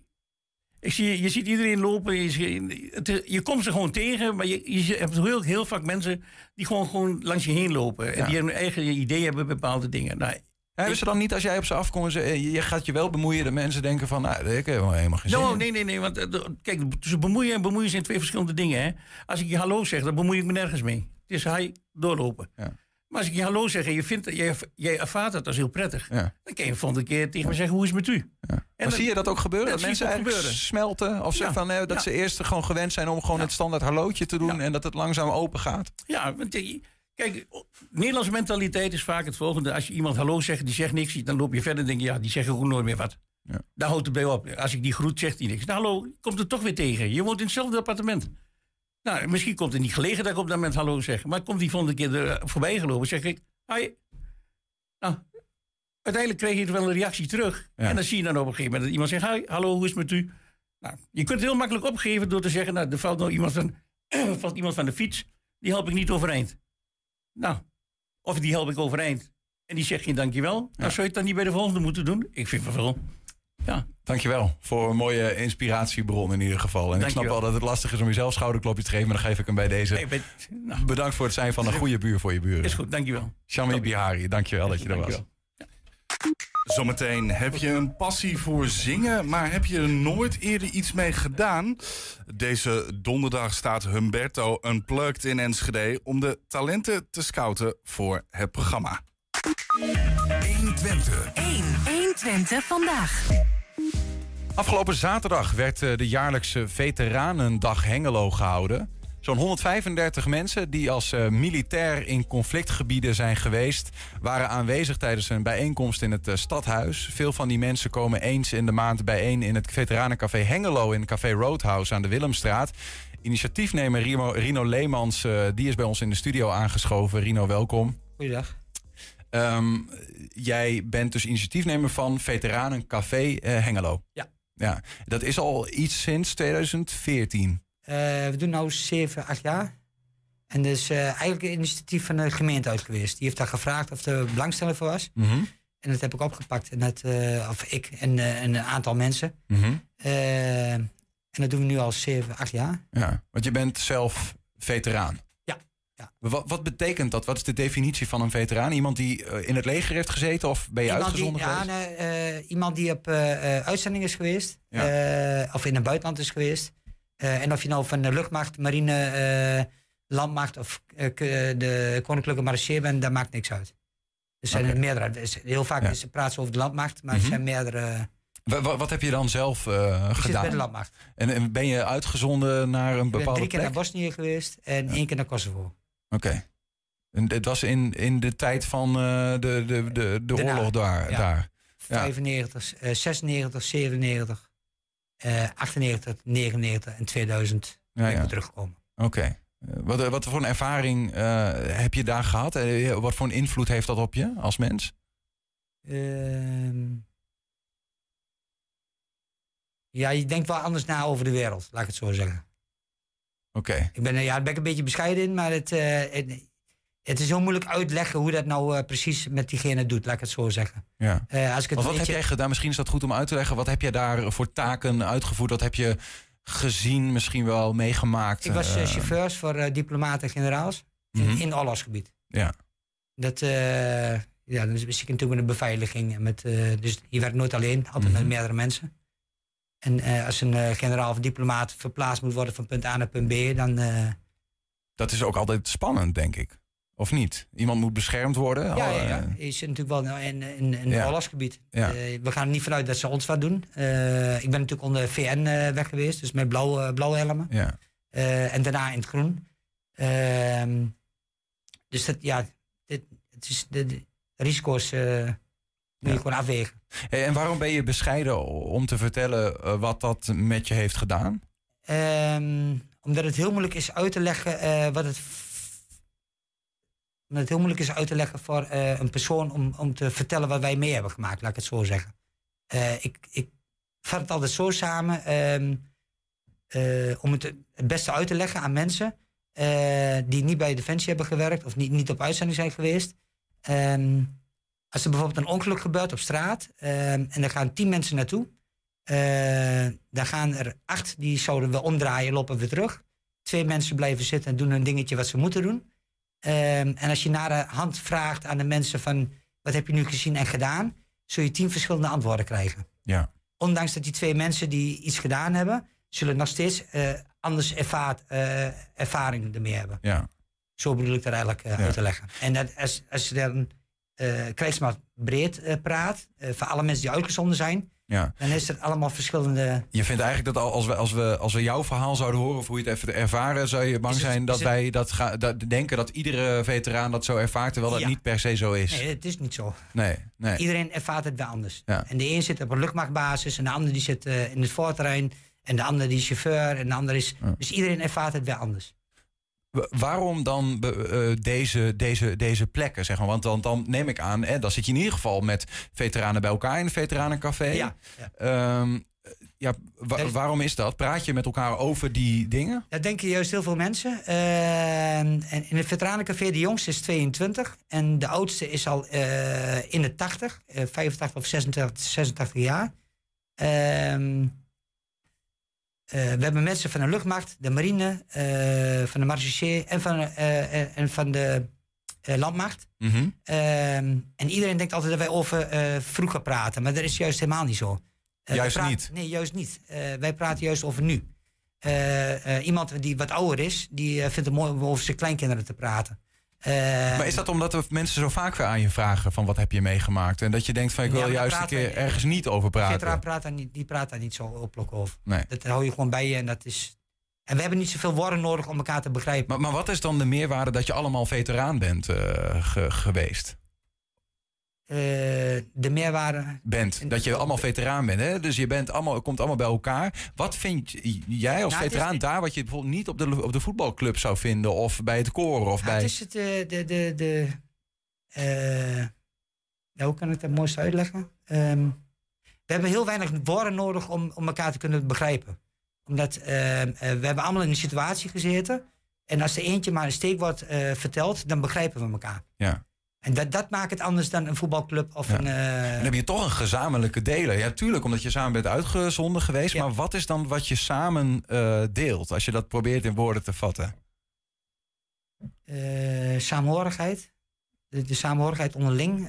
Je ziet iedereen lopen, je komt ze gewoon tegen, maar je hebt heel vaak mensen die gewoon langs je heen lopen. En die hun eigen idee hebben bepaalde dingen. Nou, hebben ze dan niet, als jij op ze afkomt, je gaat je wel bemoeien, de mensen denken van, ik heb helemaal geen zin in. Nee, want kijk, tussen bemoeien en bemoeien zijn 2 verschillende dingen. Hè? Als ik je hallo zeg, dan bemoei ik me nergens mee. Het is doorlopen. Ja. Maar als ik je hallo zeg en jij ervaart dat als heel prettig... dan kan je de volgende keer tegen me zeggen, hoe is het met u? Ja. Maar zie je dat ook gebeuren? Dat mensen eigenlijk smelten? Of dat ze eerst gewoon gewend zijn om gewoon het standaard hallootje te doen... en dat het langzaam open gaat? Ja, want kijk, Nederlandse mentaliteit is vaak het volgende. Als je iemand hallo zegt, die zegt niks... dan loop je verder en denk je, die zeggen ook nooit meer wat. Ja. Daar houdt het bij op. Als ik die groet, zegt hij niks. Nou, hallo, komt het toch weer tegen. Je woont in hetzelfde appartement. Nou, misschien komt het niet gelegen dat ik op dat moment hallo zeg. Maar komt die volgende keer er voorbij gelopen, zeg ik... Hoi. Nou, uiteindelijk kreeg je wel een reactie terug. Ja. En dan zie je dan op een gegeven moment dat iemand zegt... Hoi, hallo, hoe is het met u? Nou, je kunt het heel makkelijk opgeven door te zeggen... Nou, er valt nou iemand van de fiets, die help ik niet overeind. Nou, of die help ik overeind. En die zegt geen dankjewel. Nou, zou je het dan niet bij de volgende moeten doen? Ik vind het wel. Ja. Dankjewel voor een mooie inspiratiebron in ieder geval. En ik snap wel dat het lastig is om jezelf schouderklopje te geven... maar dan geef ik hem bij deze. Bedankt voor het zijn van een goede buur voor je buren. Is goed, dankjewel. Shami Bihari, dankjewel dat je er was. Zometeen, heb je een passie voor zingen, maar heb je er nooit eerder iets mee gedaan? Deze donderdag staat Humberto Unplugged in Enschede om de talenten te scouten voor het programma. 120. 120 vandaag. Afgelopen zaterdag werd de jaarlijkse Veteranendag Hengelo gehouden. Zo'n 135 mensen die als militair in conflictgebieden zijn geweest... waren aanwezig tijdens een bijeenkomst in het stadhuis. Veel van die mensen komen eens in de maand bijeen... in het Veteranencafé Hengelo in Café Roadhouse aan de Willemstraat. Initiatiefnemer Rino Leemans die is bij ons in de studio aangeschoven. Rino, welkom. Goeiedag. Jij bent dus initiatiefnemer van Veteranencafé Hengelo. Ja. Dat is al iets sinds 2014. We doen nu 7, 8 jaar. En dat is eigenlijk een initiatief van de gemeente uit geweest. Die heeft daar gevraagd of er belangstelling voor was. Mm-hmm. En dat heb ik opgepakt. En of ik en een aantal mensen. Mm-hmm. En dat doen we nu al 7, 8 jaar. Ja, want je bent zelf veteraan. Ja. Wat betekent dat? Wat is de definitie van een veteraan? Iemand die in het leger heeft gezeten of ben je uitgezonden geweest? Iemand die op uitzending is geweest. Ja. Of in het buitenland is geweest. En of je nou van de luchtmacht, marine, landmacht of de koninklijke marechaussee bent, dat maakt niks uit. Er zijn meerdere. Heel vaak praten ze over de landmacht, maar er zijn meerdere. Wat heb je dan zelf gedaan? Ik zit bij de landmacht. En ben je uitgezonden naar een bepaalde plek? Ik ben 3 keer naar Bosnië geweest en 1 keer naar Kosovo. Oké. En het was in de tijd van de oorlog daar. 95, 96, 97. 98, 99 en 2000 ben ik teruggekomen. Oké. Wat voor een ervaring heb je daar gehad? Wat voor een invloed heeft dat op je als mens? Ja, je denkt wel anders na over de wereld, laat ik het zo zeggen. Oké. Daar ben ik een beetje bescheiden in, maar het is heel moeilijk uitleggen hoe dat nou precies met diegene doet, laat ik het zo zeggen. Ja. Wat heb jij gedaan? Misschien is dat goed om uit te leggen. Wat heb jij daar voor taken uitgevoerd? Wat heb je gezien, misschien wel meegemaakt? Ik was chauffeurs voor diplomaten en generaals in oorlogsgebied. Ja. Dat dan zit ik natuurlijk met de beveiliging. Dus je werkt nooit alleen, altijd met meerdere mensen. En als een generaal of diplomaat verplaatst moet worden van punt A naar punt B, dan... Dat is ook altijd spannend, denk ik. Of niet? Iemand moet beschermd worden? Ja. Je zit natuurlijk wel in een oorlogsgebied. Ja. We gaan er niet vanuit dat ze ons wat doen. Ik ben natuurlijk onder VN weg geweest, dus met blauwe helmen. Ja. En daarna in het groen. Dus het is de risico's moet je gewoon afwegen. En waarom ben je bescheiden om te vertellen wat dat met je heeft gedaan? Omdat het heel moeilijk is uit te leggen omdat het heel moeilijk is uit te leggen voor een persoon om te vertellen wat wij mee hebben gemaakt, laat ik het zo zeggen. Ik vat het altijd zo samen om het beste uit te leggen aan mensen die niet bij Defensie hebben gewerkt of niet op uitzending zijn geweest. Als er bijvoorbeeld een ongeluk gebeurt op straat en er gaan 10 mensen naartoe, dan gaan er 8 die zouden we omdraaien, lopen weer terug. 2 mensen blijven zitten en doen hun dingetje wat ze moeten doen. En als je naar de hand vraagt aan de mensen van wat heb je nu gezien en gedaan, zul je 10 verschillende antwoorden krijgen. Ja. Ondanks dat die 2 mensen die iets gedaan hebben, zullen nog steeds anders ervaring ermee hebben. Ja. Zo bedoel ik dat eigenlijk uit te leggen. En dat als je dan krijgsmacht breed praat, voor alle mensen die uitgezonden zijn, dan is het allemaal verschillende... Je vindt eigenlijk dat als we jouw verhaal zouden horen, of hoe je het even ervaren, zou je bang zijn dat wij denken dat iedere veteraan dat zo ervaart, terwijl dat niet per se zo is. Nee, het is niet zo. Nee. Iedereen ervaart het wel anders. Ja. En de een zit op een luchtmachtbasis en de ander die zit in het voorterrein. En de andere die is chauffeur. En de andere is... Dus iedereen ervaart het weer anders. Waarom dan deze plekken? Zeg maar? Want dan neem ik aan, dan zit je in ieder geval met veteranen bij elkaar in een veteranencafé. Waarom is dat? Praat je met elkaar over die dingen? Dat denken juist heel veel mensen. En in het veteranencafé, de jongste is 22. En de oudste is al in de 80. 85 of 86 jaar. We hebben mensen van de luchtmacht, de marine, van de marechaussee en van de landmacht. Mm-hmm. En iedereen denkt altijd dat wij over vroeger praten. Maar dat is juist helemaal niet zo. Juist niet? Nee, juist niet. Wij praten juist over nu. Iemand die wat ouder is, die vindt het mooi om over zijn kleinkinderen te praten. Maar is dat omdat er mensen zo vaak weer aan je vragen van wat heb je meegemaakt? En dat je denkt van ik wil juist een keer ergens niet over praten. Die praat daar niet zo openlijk over. Nee. Dat hou je gewoon bij je en dat is... En we hebben niet zoveel woorden nodig om elkaar te begrijpen. Maar wat is dan de meerwaarde dat je allemaal veteraan bent geweest? De meerwaarde... Dat je allemaal veteraan bent, hè? Dus je komt allemaal bij elkaar. Wat vind jij als veteraan daar wat je bijvoorbeeld niet op de voetbalclub zou vinden of bij het koor of bij... Het is hoe kan ik dat mooist uitleggen? We hebben heel weinig woorden nodig om elkaar te kunnen begrijpen. Omdat we hebben allemaal in een situatie gezeten. En als er eentje maar een steekwoord vertelt, dan begrijpen we elkaar. Ja. En dat maakt het anders dan een voetbalclub of een... Dan heb je toch een gezamenlijke deler. Ja, tuurlijk, omdat je samen bent uitgezonden geweest. Ja. Maar wat is dan wat je samen deelt? Als je dat probeert in woorden te vatten. Saamhorigheid. De saamhorigheid onderling.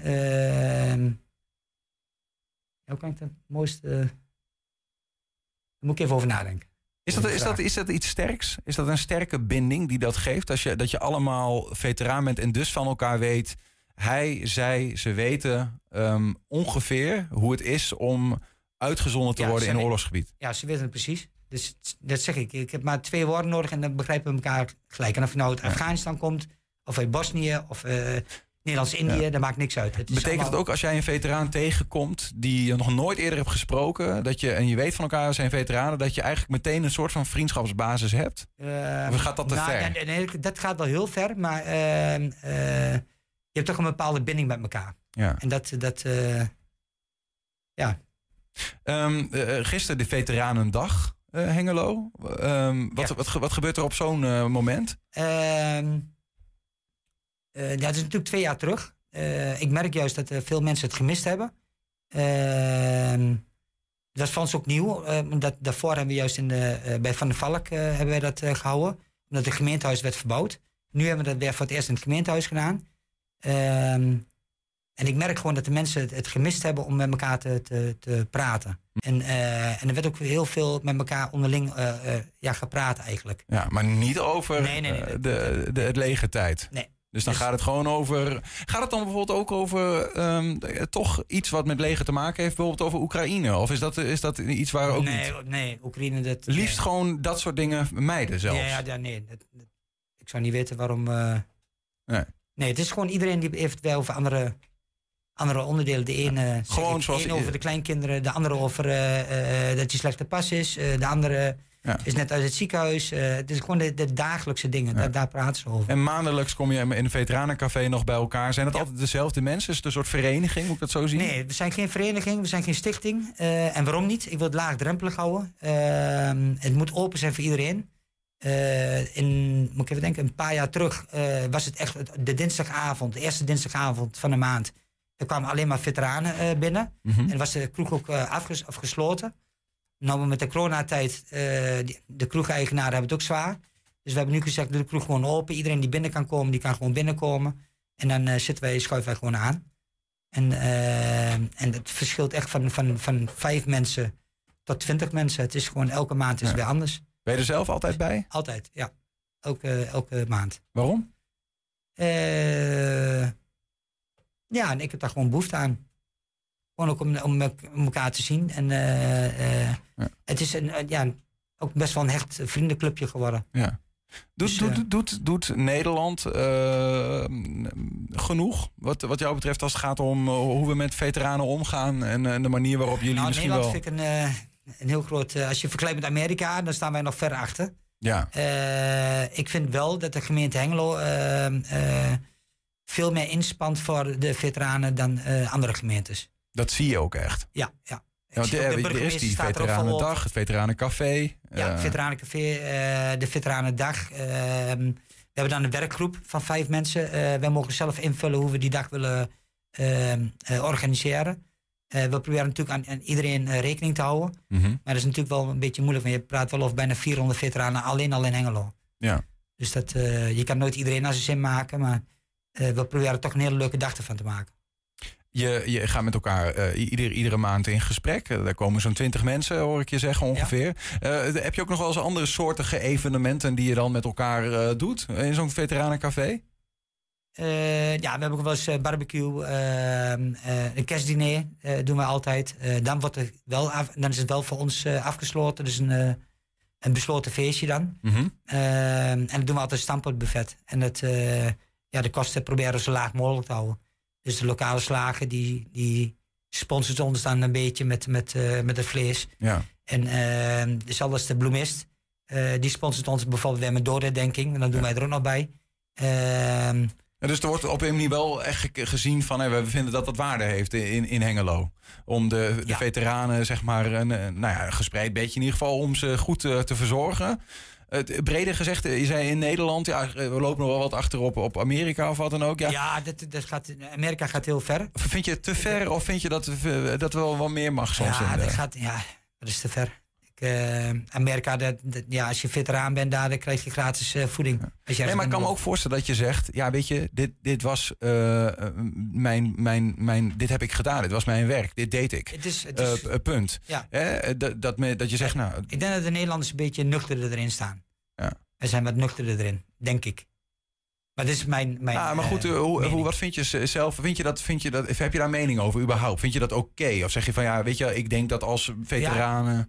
Hoe kan ik dat mooiste... Daar moet ik even over nadenken. Is dat iets sterks? Is dat een sterke binding die dat geeft? Dat je allemaal veteraan bent en dus van elkaar weet... Hij, zij, ze weten ongeveer hoe het is om uitgezonden te worden in een oorlogsgebied. Ja, ze weten het precies. Dus dat zeg ik. Ik heb maar 2 woorden nodig en dan begrijpen we elkaar gelijk. En of je nou uit Afghanistan komt, of uit Bosnië, of Nederlands-Indië, dat maakt niks uit. Betekent het ook als jij een veteraan tegenkomt die je nog nooit eerder hebt gesproken, en je weet van elkaar zijn veteranen, dat je eigenlijk meteen een soort van vriendschapsbasis hebt? Of gaat dat te ver? Nee, dat gaat wel heel ver, maar... je hebt toch een bepaalde binding met elkaar. Ja. En ja. Gisteren de Veteranendag, Hengelo. Wat gebeurt er op zo'n moment? Dat is natuurlijk 2 jaar terug. Ik merk juist dat veel mensen het gemist hebben. Dat is voor ons ook nieuw. Daarvoor hebben we juist bij Van der Valk hebben wij dat gehouden. Omdat het gemeentehuis werd verbouwd. Nu hebben we dat weer voor het eerst in het gemeentehuis gedaan. En ik merk gewoon dat de mensen het gemist hebben om met elkaar te praten. En er werd ook heel veel met elkaar onderling gepraat eigenlijk. Ja, maar niet over het legertijd. Nee. Dus dan gaat het gewoon over... Gaat het dan bijvoorbeeld ook over toch iets wat met leger te maken heeft? Bijvoorbeeld over Oekraïne? Of is dat iets waar ook niet... Nee, Oekraïne... Liefst gewoon dat soort dingen mijden zelfs? Nee. Ik zou niet weten waarom... Nee, het is gewoon iedereen die heeft wel over andere onderdelen. De ene over de kleinkinderen, de andere over dat hij slecht te pas is. De andere is net uit het ziekenhuis. Het is gewoon de dagelijkse dingen, daar praten ze over. En maandelijks kom je in een veteranencafé nog bij elkaar. Zijn het altijd dezelfde mensen? Is het een soort vereniging, moet ik dat zo zien? Nee, we zijn geen vereniging, we zijn geen stichting. En waarom niet? Ik wil het laagdrempelig houden. Het moet open zijn voor iedereen. Moet ik even denken, een paar jaar terug was het echt de dinsdagavond, de eerste dinsdagavond van de maand. Er kwamen alleen maar veteranen binnen. Mm-hmm. En was de kroeg ook afgesloten. Nou, met de coronatijd, de kroegeigenaren hebben het ook zwaar. Dus we hebben nu gezegd, doe de kroeg gewoon open. Iedereen die binnen kan komen, die kan gewoon binnenkomen. En dan schuiven wij gewoon aan. En het verschilt echt van 5 mensen tot 20 mensen. Het is gewoon elke maand is weer anders. Ben je er zelf altijd bij? Altijd, ja. Elke maand. Waarom? En ik heb daar gewoon behoefte aan. Gewoon ook om elkaar te zien. En het is ook best wel een hecht vriendenclubje geworden. Ja. Doet Nederland genoeg? Wat jou betreft als het gaat om hoe we met veteranen omgaan en de manier waarop jullie misschien Nederland wel... vind ik een heel groot... als je vergelijkt met Amerika, dan staan wij nog ver achter. Ja. Ik vind wel dat de gemeente Hengelo veel meer inspant voor de veteranen dan andere gemeentes. Dat zie je ook echt. Ja. Ja, want er is die Veteranendag, het Veteranencafé. Ja, Veteranencafé, de Veteranendag. We hebben dan een werkgroep van 5 mensen. Wij mogen zelf invullen hoe we die dag willen organiseren. We proberen natuurlijk aan iedereen rekening te houden. Mm-hmm. Maar dat is natuurlijk wel een beetje moeilijk. Want je praat wel over bijna 400 veteranen alleen al in Hengelo. Ja. Dus je kan nooit iedereen naar zijn zin maken. Maar we proberen er toch een hele leuke dag ervan te maken. Je gaat met elkaar iedere maand in gesprek. Daar komen zo'n 20 mensen, hoor ik je zeggen, ongeveer. Ja. Heb je ook nog wel eens andere soortige evenementen die je dan met elkaar doet in zo'n veteranencafé? We hebben ook wel eens barbecue, een kerstdiner doen we altijd. Dan is het wel voor ons afgesloten, dus een besloten feestje dan. Mm-hmm. En dan doen we altijd een stamppotbuffet. En de kosten proberen we zo laag mogelijk te houden. Dus de lokale slager die sponsort ons dan een beetje met het vlees. Ja. En zelfs als de bloemist, die sponsort ons bijvoorbeeld weer met doorherdenking. En dan doen wij er ook nog bij. Dus er wordt op een manier wel echt gezien van... we vinden dat dat waarde heeft in Hengelo. Om de veteranen, zeg maar, een gespreid beetje in ieder geval... om ze goed te verzorgen. Breder gezegd, je zei in Nederland... we lopen nog wel wat achterop op Amerika of wat dan ook. Ja, Amerika gaat heel ver. Vind je het te ver of vind je dat wel wat meer mag soms? Dat is te ver. Amerika, als je veteraan bent daar, dan krijg je gratis voeding. Ja. Maar ik kan me ook voorstellen dat je zegt... ja, weet je, dit was dit heb ik gedaan. Dit was mijn werk. Dit deed ik. Het is punt. Ja. Dat je zegt, ik denk dat de Nederlanders een beetje nuchterder erin staan. Ja. We zijn wat nuchterder erin, denk ik. Maar dit is mijn maar goed, wat vind je zelf? Vind je dat, heb je daar mening over überhaupt? Vind je dat oké? Of zeg je van, weet je, ik denk dat als veteranen...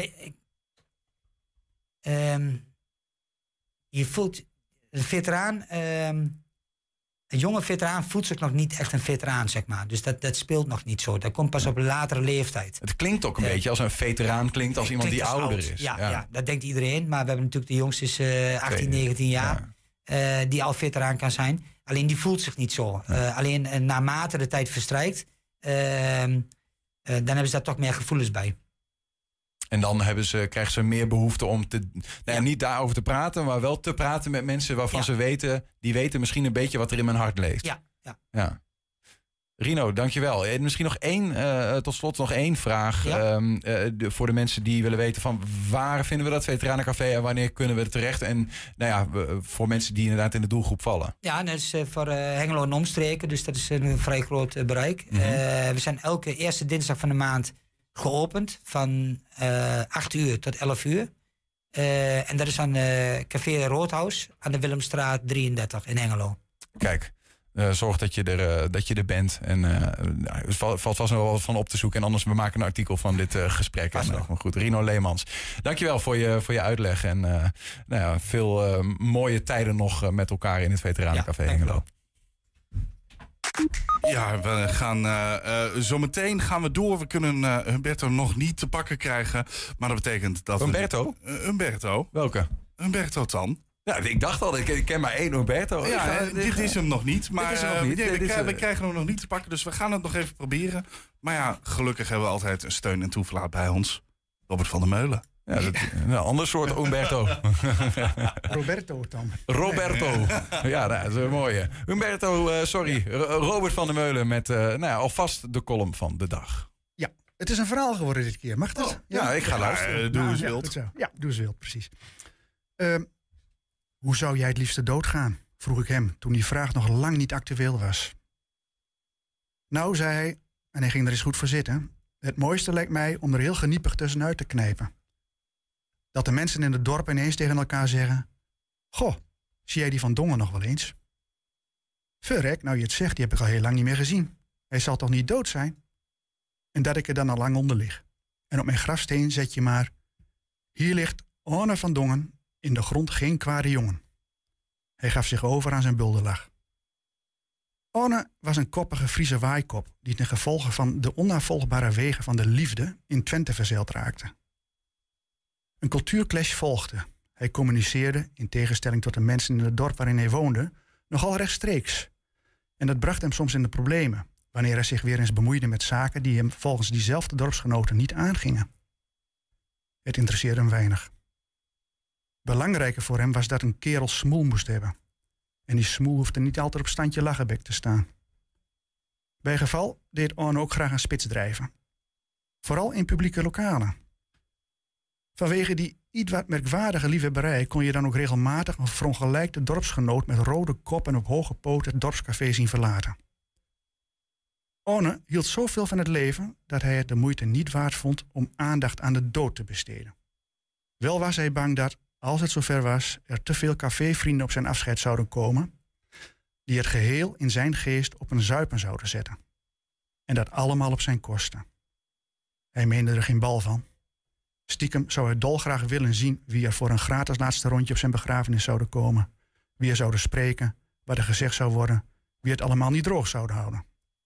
Je voelt... Een veteraan... een jonge veteraan voelt zich nog niet echt een veteraan, zeg maar. Dus dat speelt nog niet zo. Dat komt pas op een latere leeftijd. Het klinkt ook een beetje als een veteraan klinkt als iemand die ouder is. Ja, dat denkt iedereen. Maar we hebben natuurlijk de jongste is 18, 19 jaar... die al veteraan kan zijn. Alleen die voelt zich niet zo. Alleen naarmate de tijd verstrijkt... dan hebben ze daar toch meer gevoelens bij. En dan krijgen ze meer behoefte om niet daarover te praten... maar wel te praten met mensen waarvan ze weten... die weten misschien een beetje wat er in mijn hart leeft. Ja. Rino, dankjewel. En misschien nog tot slot nog één vraag... voor de mensen die willen weten van... waar vinden we dat Veteranencafé en wanneer kunnen we er terecht? En voor mensen die inderdaad in de doelgroep vallen. Ja, dat is voor Hengelo en omstreken. Dus dat is een vrij groot bereik. Mm-hmm. We zijn elke eerste dinsdag van de maand geopend. Van 8 uur tot 11 uur. En dat is aan Café Roodhuis aan de Willemstraat 33 in Hengelo. Kijk. Zorg dat je er bent. En er valt vast nog wel wat van op te zoeken. En anders, we maken een artikel van dit gesprek. Maar goed, Rino Leemans. Dankjewel voor je uitleg. En veel mooie tijden nog met elkaar in het Veteranencafé Hengelo. Ja, we gaan zometeen gaan we door. We kunnen Humberto nog niet te pakken krijgen. Maar dat betekent dat Humberto? Humberto. Welke? Humberto dan. Ja, ik dacht al, ik ken maar één Humberto. Dit is hem nog niet. Maar we krijgen hem nog niet te pakken, dus we gaan het nog even proberen. Maar ja, gelukkig hebben we altijd een steun en toeverlaat bij ons. Robert van der Meulen. Ja, een ander soort Humberto. Roberto dan. Roberto. Ja, dat is een mooie. Humberto, Robert van der Meulen met alvast de column van de dag. Ja, het is een verhaal geworden dit keer. Mag dat? Ja, ik ga luisteren. Doe eens wild. Ja, doe eens wild, precies. Hoe zou jij het liefste doodgaan? Vroeg ik hem, toen die vraag nog lang niet actueel was. Nou, zei hij, en hij ging er eens goed voor zitten... het mooiste lijkt mij om er heel geniepig tussenuit te knijpen. Dat de mensen in het dorp ineens tegen elkaar zeggen... Goh, zie jij die van Dongen nog wel eens? Verrek, nou je het zegt, die heb ik al heel lang niet meer gezien. Hij zal toch niet dood zijn? En dat ik er dan al lang onder lig. En op mijn grafsteen zet je maar... Hier ligt Orne van Dongen... in de grond geen kwade jongen. Hij gaf zich over aan zijn bulderlach. Orne was een koppige Friese waaikop die ten gevolge van de onnavolgbare wegen van de liefde in Twente verzeild raakte. Een cultuurclash volgde. Hij communiceerde, in tegenstelling tot de mensen in het dorp waarin hij woonde, nogal rechtstreeks. En dat bracht hem soms in de problemen, wanneer hij zich weer eens bemoeide met zaken die hem volgens diezelfde dorpsgenoten niet aangingen. Het interesseerde hem weinig. Belangrijker voor hem was dat een kerel smoel moest hebben. En die smoel hoefde niet altijd op standje Lachenbek te staan. Bij geval deed Orne ook graag een spits drijven. Vooral in publieke lokalen. Vanwege die iets wat merkwaardige liefhebberij kon je dan ook regelmatig een verongelijkte dorpsgenoot met rode kop en op hoge poten het dorpscafé zien verlaten. Orne hield zoveel van het leven dat hij het de moeite niet waard vond om aandacht aan de dood te besteden. Wel was hij bang dat, als het zover was, er te veel cafévrienden op zijn afscheid zouden komen, die het geheel in zijn geest op een zuipen zouden zetten. En dat allemaal op zijn kosten. Hij meende er geen bal van. Stiekem zou hij dolgraag willen zien wie er voor een gratis laatste rondje op zijn begrafenis zouden komen, wie er zouden spreken, wat er gezegd zou worden, wie het allemaal niet droog zouden houden.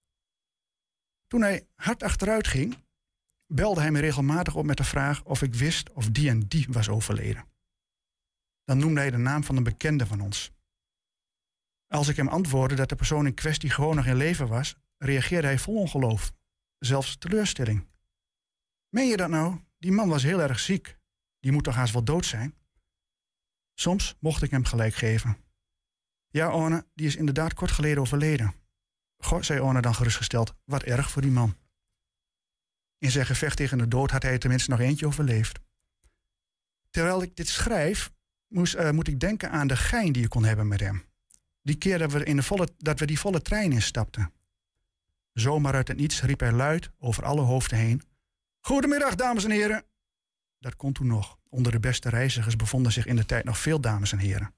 Toen hij hard achteruit ging, belde hij me regelmatig op met de vraag of ik wist of die en die was overleden. Dan noemde hij de naam van een bekende van ons. Als ik hem antwoordde dat de persoon in kwestie gewoon nog in leven was, reageerde hij vol ongeloof, zelfs teleurstelling. Meen je dat nou? Die man was heel erg ziek. Die moet toch haast wel dood zijn? Soms mocht ik hem gelijk geven. Ja, Orne, die is inderdaad kort geleden overleden. Goh, zei Orne dan gerustgesteld, wat erg voor die man. In zijn gevecht tegen de dood had hij er tenminste nog eentje overleefd. Terwijl ik dit schrijf, moet ik denken aan de gein die je kon hebben met hem. Die keer dat we die volle trein instapten. Zomaar uit het niets riep hij luid over alle hoofden heen: Goedemiddag, dames en heren. Dat kon toen nog. Onder de beste reizigers bevonden zich in de tijd nog veel dames en heren.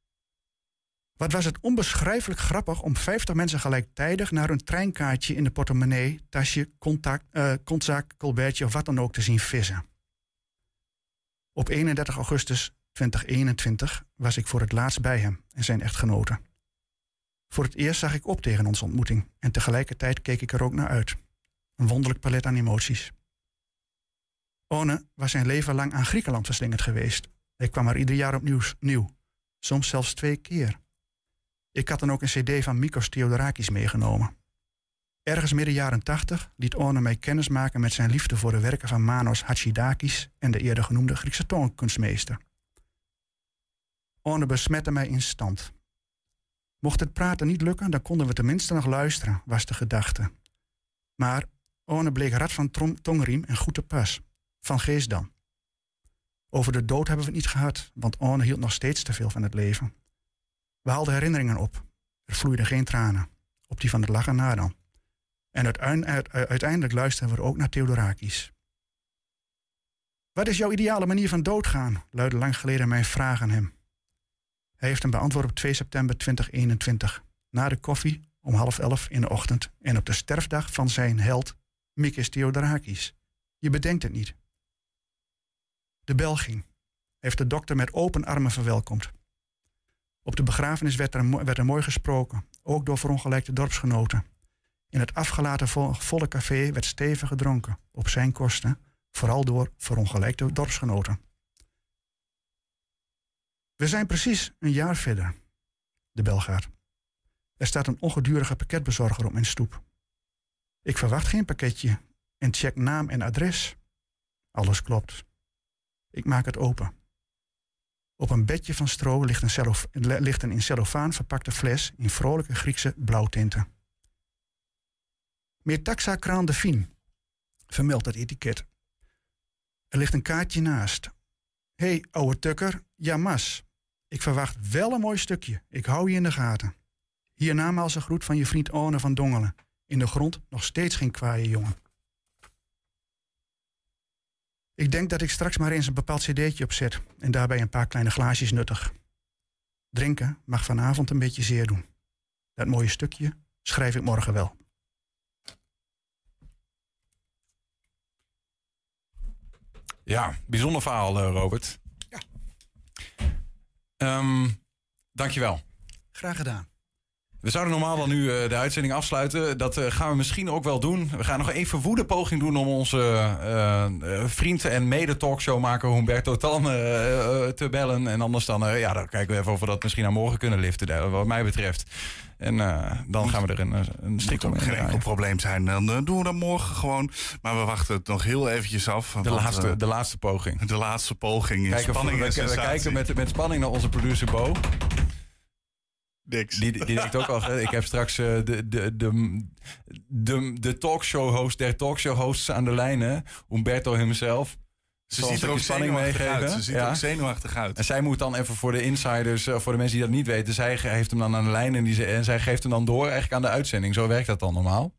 Wat was het onbeschrijfelijk grappig om 50 mensen gelijktijdig naar een treinkaartje in de portemonnee, tasje, kontzak, colbertje of wat dan ook te zien vissen. Op 31 augustus 2021 was ik voor het laatst bij hem en zijn echtgenote. Voor het eerst zag ik op tegen onze ontmoeting en tegelijkertijd keek ik er ook naar uit. Een wonderlijk palet aan emoties. Orne was zijn leven lang aan Griekenland verslingerd geweest. Hij kwam er ieder jaar opnieuw, soms zelfs 2 keer. Ik had dan ook een cd van Mikos Theodorakis meegenomen. Ergens midden jaren 80 liet Orne mij kennis maken met zijn liefde voor de werken van Manos Hatsidakis en de eerder genoemde Griekse toonkunstmeester. Orne besmette mij instant. Mocht het praten niet lukken, dan konden we tenminste nog luisteren, was de gedachte. Maar Orne bleek rad van tongriem en goed te pas. Van geest dan. Over de dood hebben we het niet gehad, want Orne hield nog steeds te veel van het leven. We haalden herinneringen op. Er vloeiden geen tranen. Op die van het lachen na dan. En uiteindelijk luisterden we ook naar Theodorakis. Wat is jouw ideale manier van doodgaan? Luidde lang geleden mijn vraag aan hem. Hij heeft hem beantwoord op 2 september 2021. Na de koffie om 10:30 in de ochtend. En op de sterfdag van zijn held Mikis Theodorakis. Je bedenkt het niet. De bel ging. Hij heeft de dokter met open armen verwelkomd. Op de begrafenis werd er mooi gesproken, ook door verongelijkte dorpsgenoten. In het afgelaten volle café werd stevig gedronken, op zijn kosten, vooral door verongelijkte dorpsgenoten. We zijn precies een jaar verder. De bel gaat. Er staat een ongedurige pakketbezorger op mijn stoep. Ik verwacht geen pakketje en check naam en adres. Alles klopt. Ik maak het open. Op een bedje van stro ligt een in cellofaan verpakte fles in vrolijke Griekse blauwtinten. Metaxa Kraan de Fien, vermeldt het etiket. Er ligt een kaartje naast. Hey, ouwe tukker, ja mas. Ik verwacht wel een mooi stukje. Ik hou je in de gaten. Hier namaals een groet van je vriend Orne van Dongelen. In de grond nog steeds geen kwaaie jongen. Ik denk dat ik straks maar eens een bepaald cd'tje opzet en daarbij een paar kleine glaasjes nuttig. Drinken mag vanavond een beetje zeer doen. Dat mooie stukje schrijf ik morgen wel. Ja, bijzonder verhaal, Robert. Ja. Dankjewel. Graag gedaan. We zouden normaal dan nu de uitzending afsluiten. Dat gaan we misschien ook wel doen. We gaan nog één verwoede poging doen om onze vriend en mede-talkshowmaker Humberto Tan te bellen. En anders dan kijken we even of we dat misschien naar morgen kunnen liften, wat mij betreft. En dan gaan we er een strik om in. Geen enkel probleem zijn. Dan doen we dat morgen gewoon. Maar we wachten het nog heel eventjes af. De laatste poging. De laatste poging in spanning en sensatie. We kijken met spanning naar onze producer Bo. Niks. Die denkt ook al, ik heb straks de talkshow-host der talkshow-hosts aan de lijn, Humberto himself. Ze ziet er ook zenuwachtig uit. En zij moet dan even voor de insiders, voor de mensen die dat niet weten, zij heeft hem dan aan de lijn en zij geeft hem dan door eigenlijk aan de uitzending. Zo werkt dat dan normaal.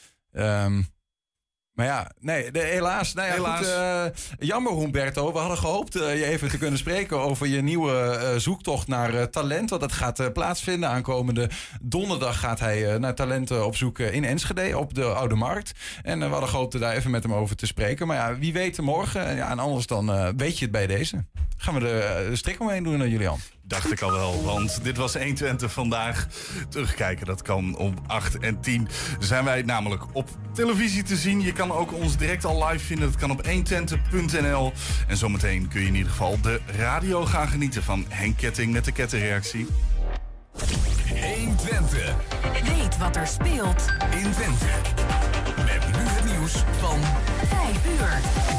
Maar ja, helaas. Goed, jammer Humberto. We hadden gehoopt je even te kunnen spreken over je nieuwe zoektocht naar talent. Want dat gaat plaatsvinden. Aankomende donderdag gaat hij naar talenten op zoek in Enschede op de Oude Markt. En we hadden gehoopt daar even met hem over te spreken. Maar ja, wie weet morgen. En anders dan weet je het bij deze. Gaan we de strik omheen doen, Julian? Dacht ik al wel, want dit was 120 vandaag. Terugkijken, dat kan om 8 en 10. Zijn wij namelijk op televisie te zien. Je kan ook ons direct al live vinden. Dat kan op 120.nl. En zometeen kun je in ieder geval de radio gaan genieten van Henk Ketting met de kettingreactie. 120. Weet wat er speelt in Twente. Met nu het nieuws van 5 uur.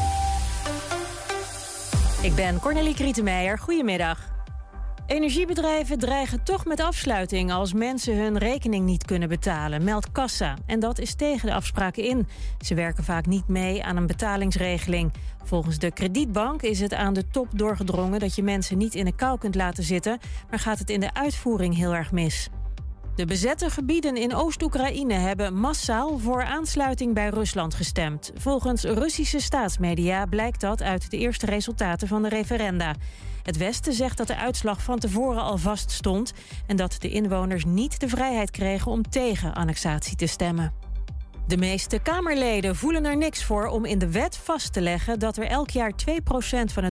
Ik ben Cornelie Krietenmeijer. Goedemiddag. Energiebedrijven dreigen toch met afsluiting als mensen hun rekening niet kunnen betalen, meldt Kassa. En dat is tegen de afspraken in. Ze werken vaak niet mee aan een betalingsregeling. Volgens de kredietbank is het aan de top doorgedrongen dat je mensen niet in de kou kunt laten zitten, maar gaat het in de uitvoering heel erg mis. De bezette gebieden in Oost-Oekraïne hebben massaal voor aansluiting bij Rusland gestemd. Volgens Russische staatsmedia blijkt dat uit de eerste resultaten van de referenda. Het Westen zegt dat de uitslag van tevoren al vaststond en dat de inwoners niet de vrijheid kregen om tegen annexatie te stemmen. De meeste Kamerleden voelen er niks voor om in de wet vast te leggen dat er elk jaar 2% van het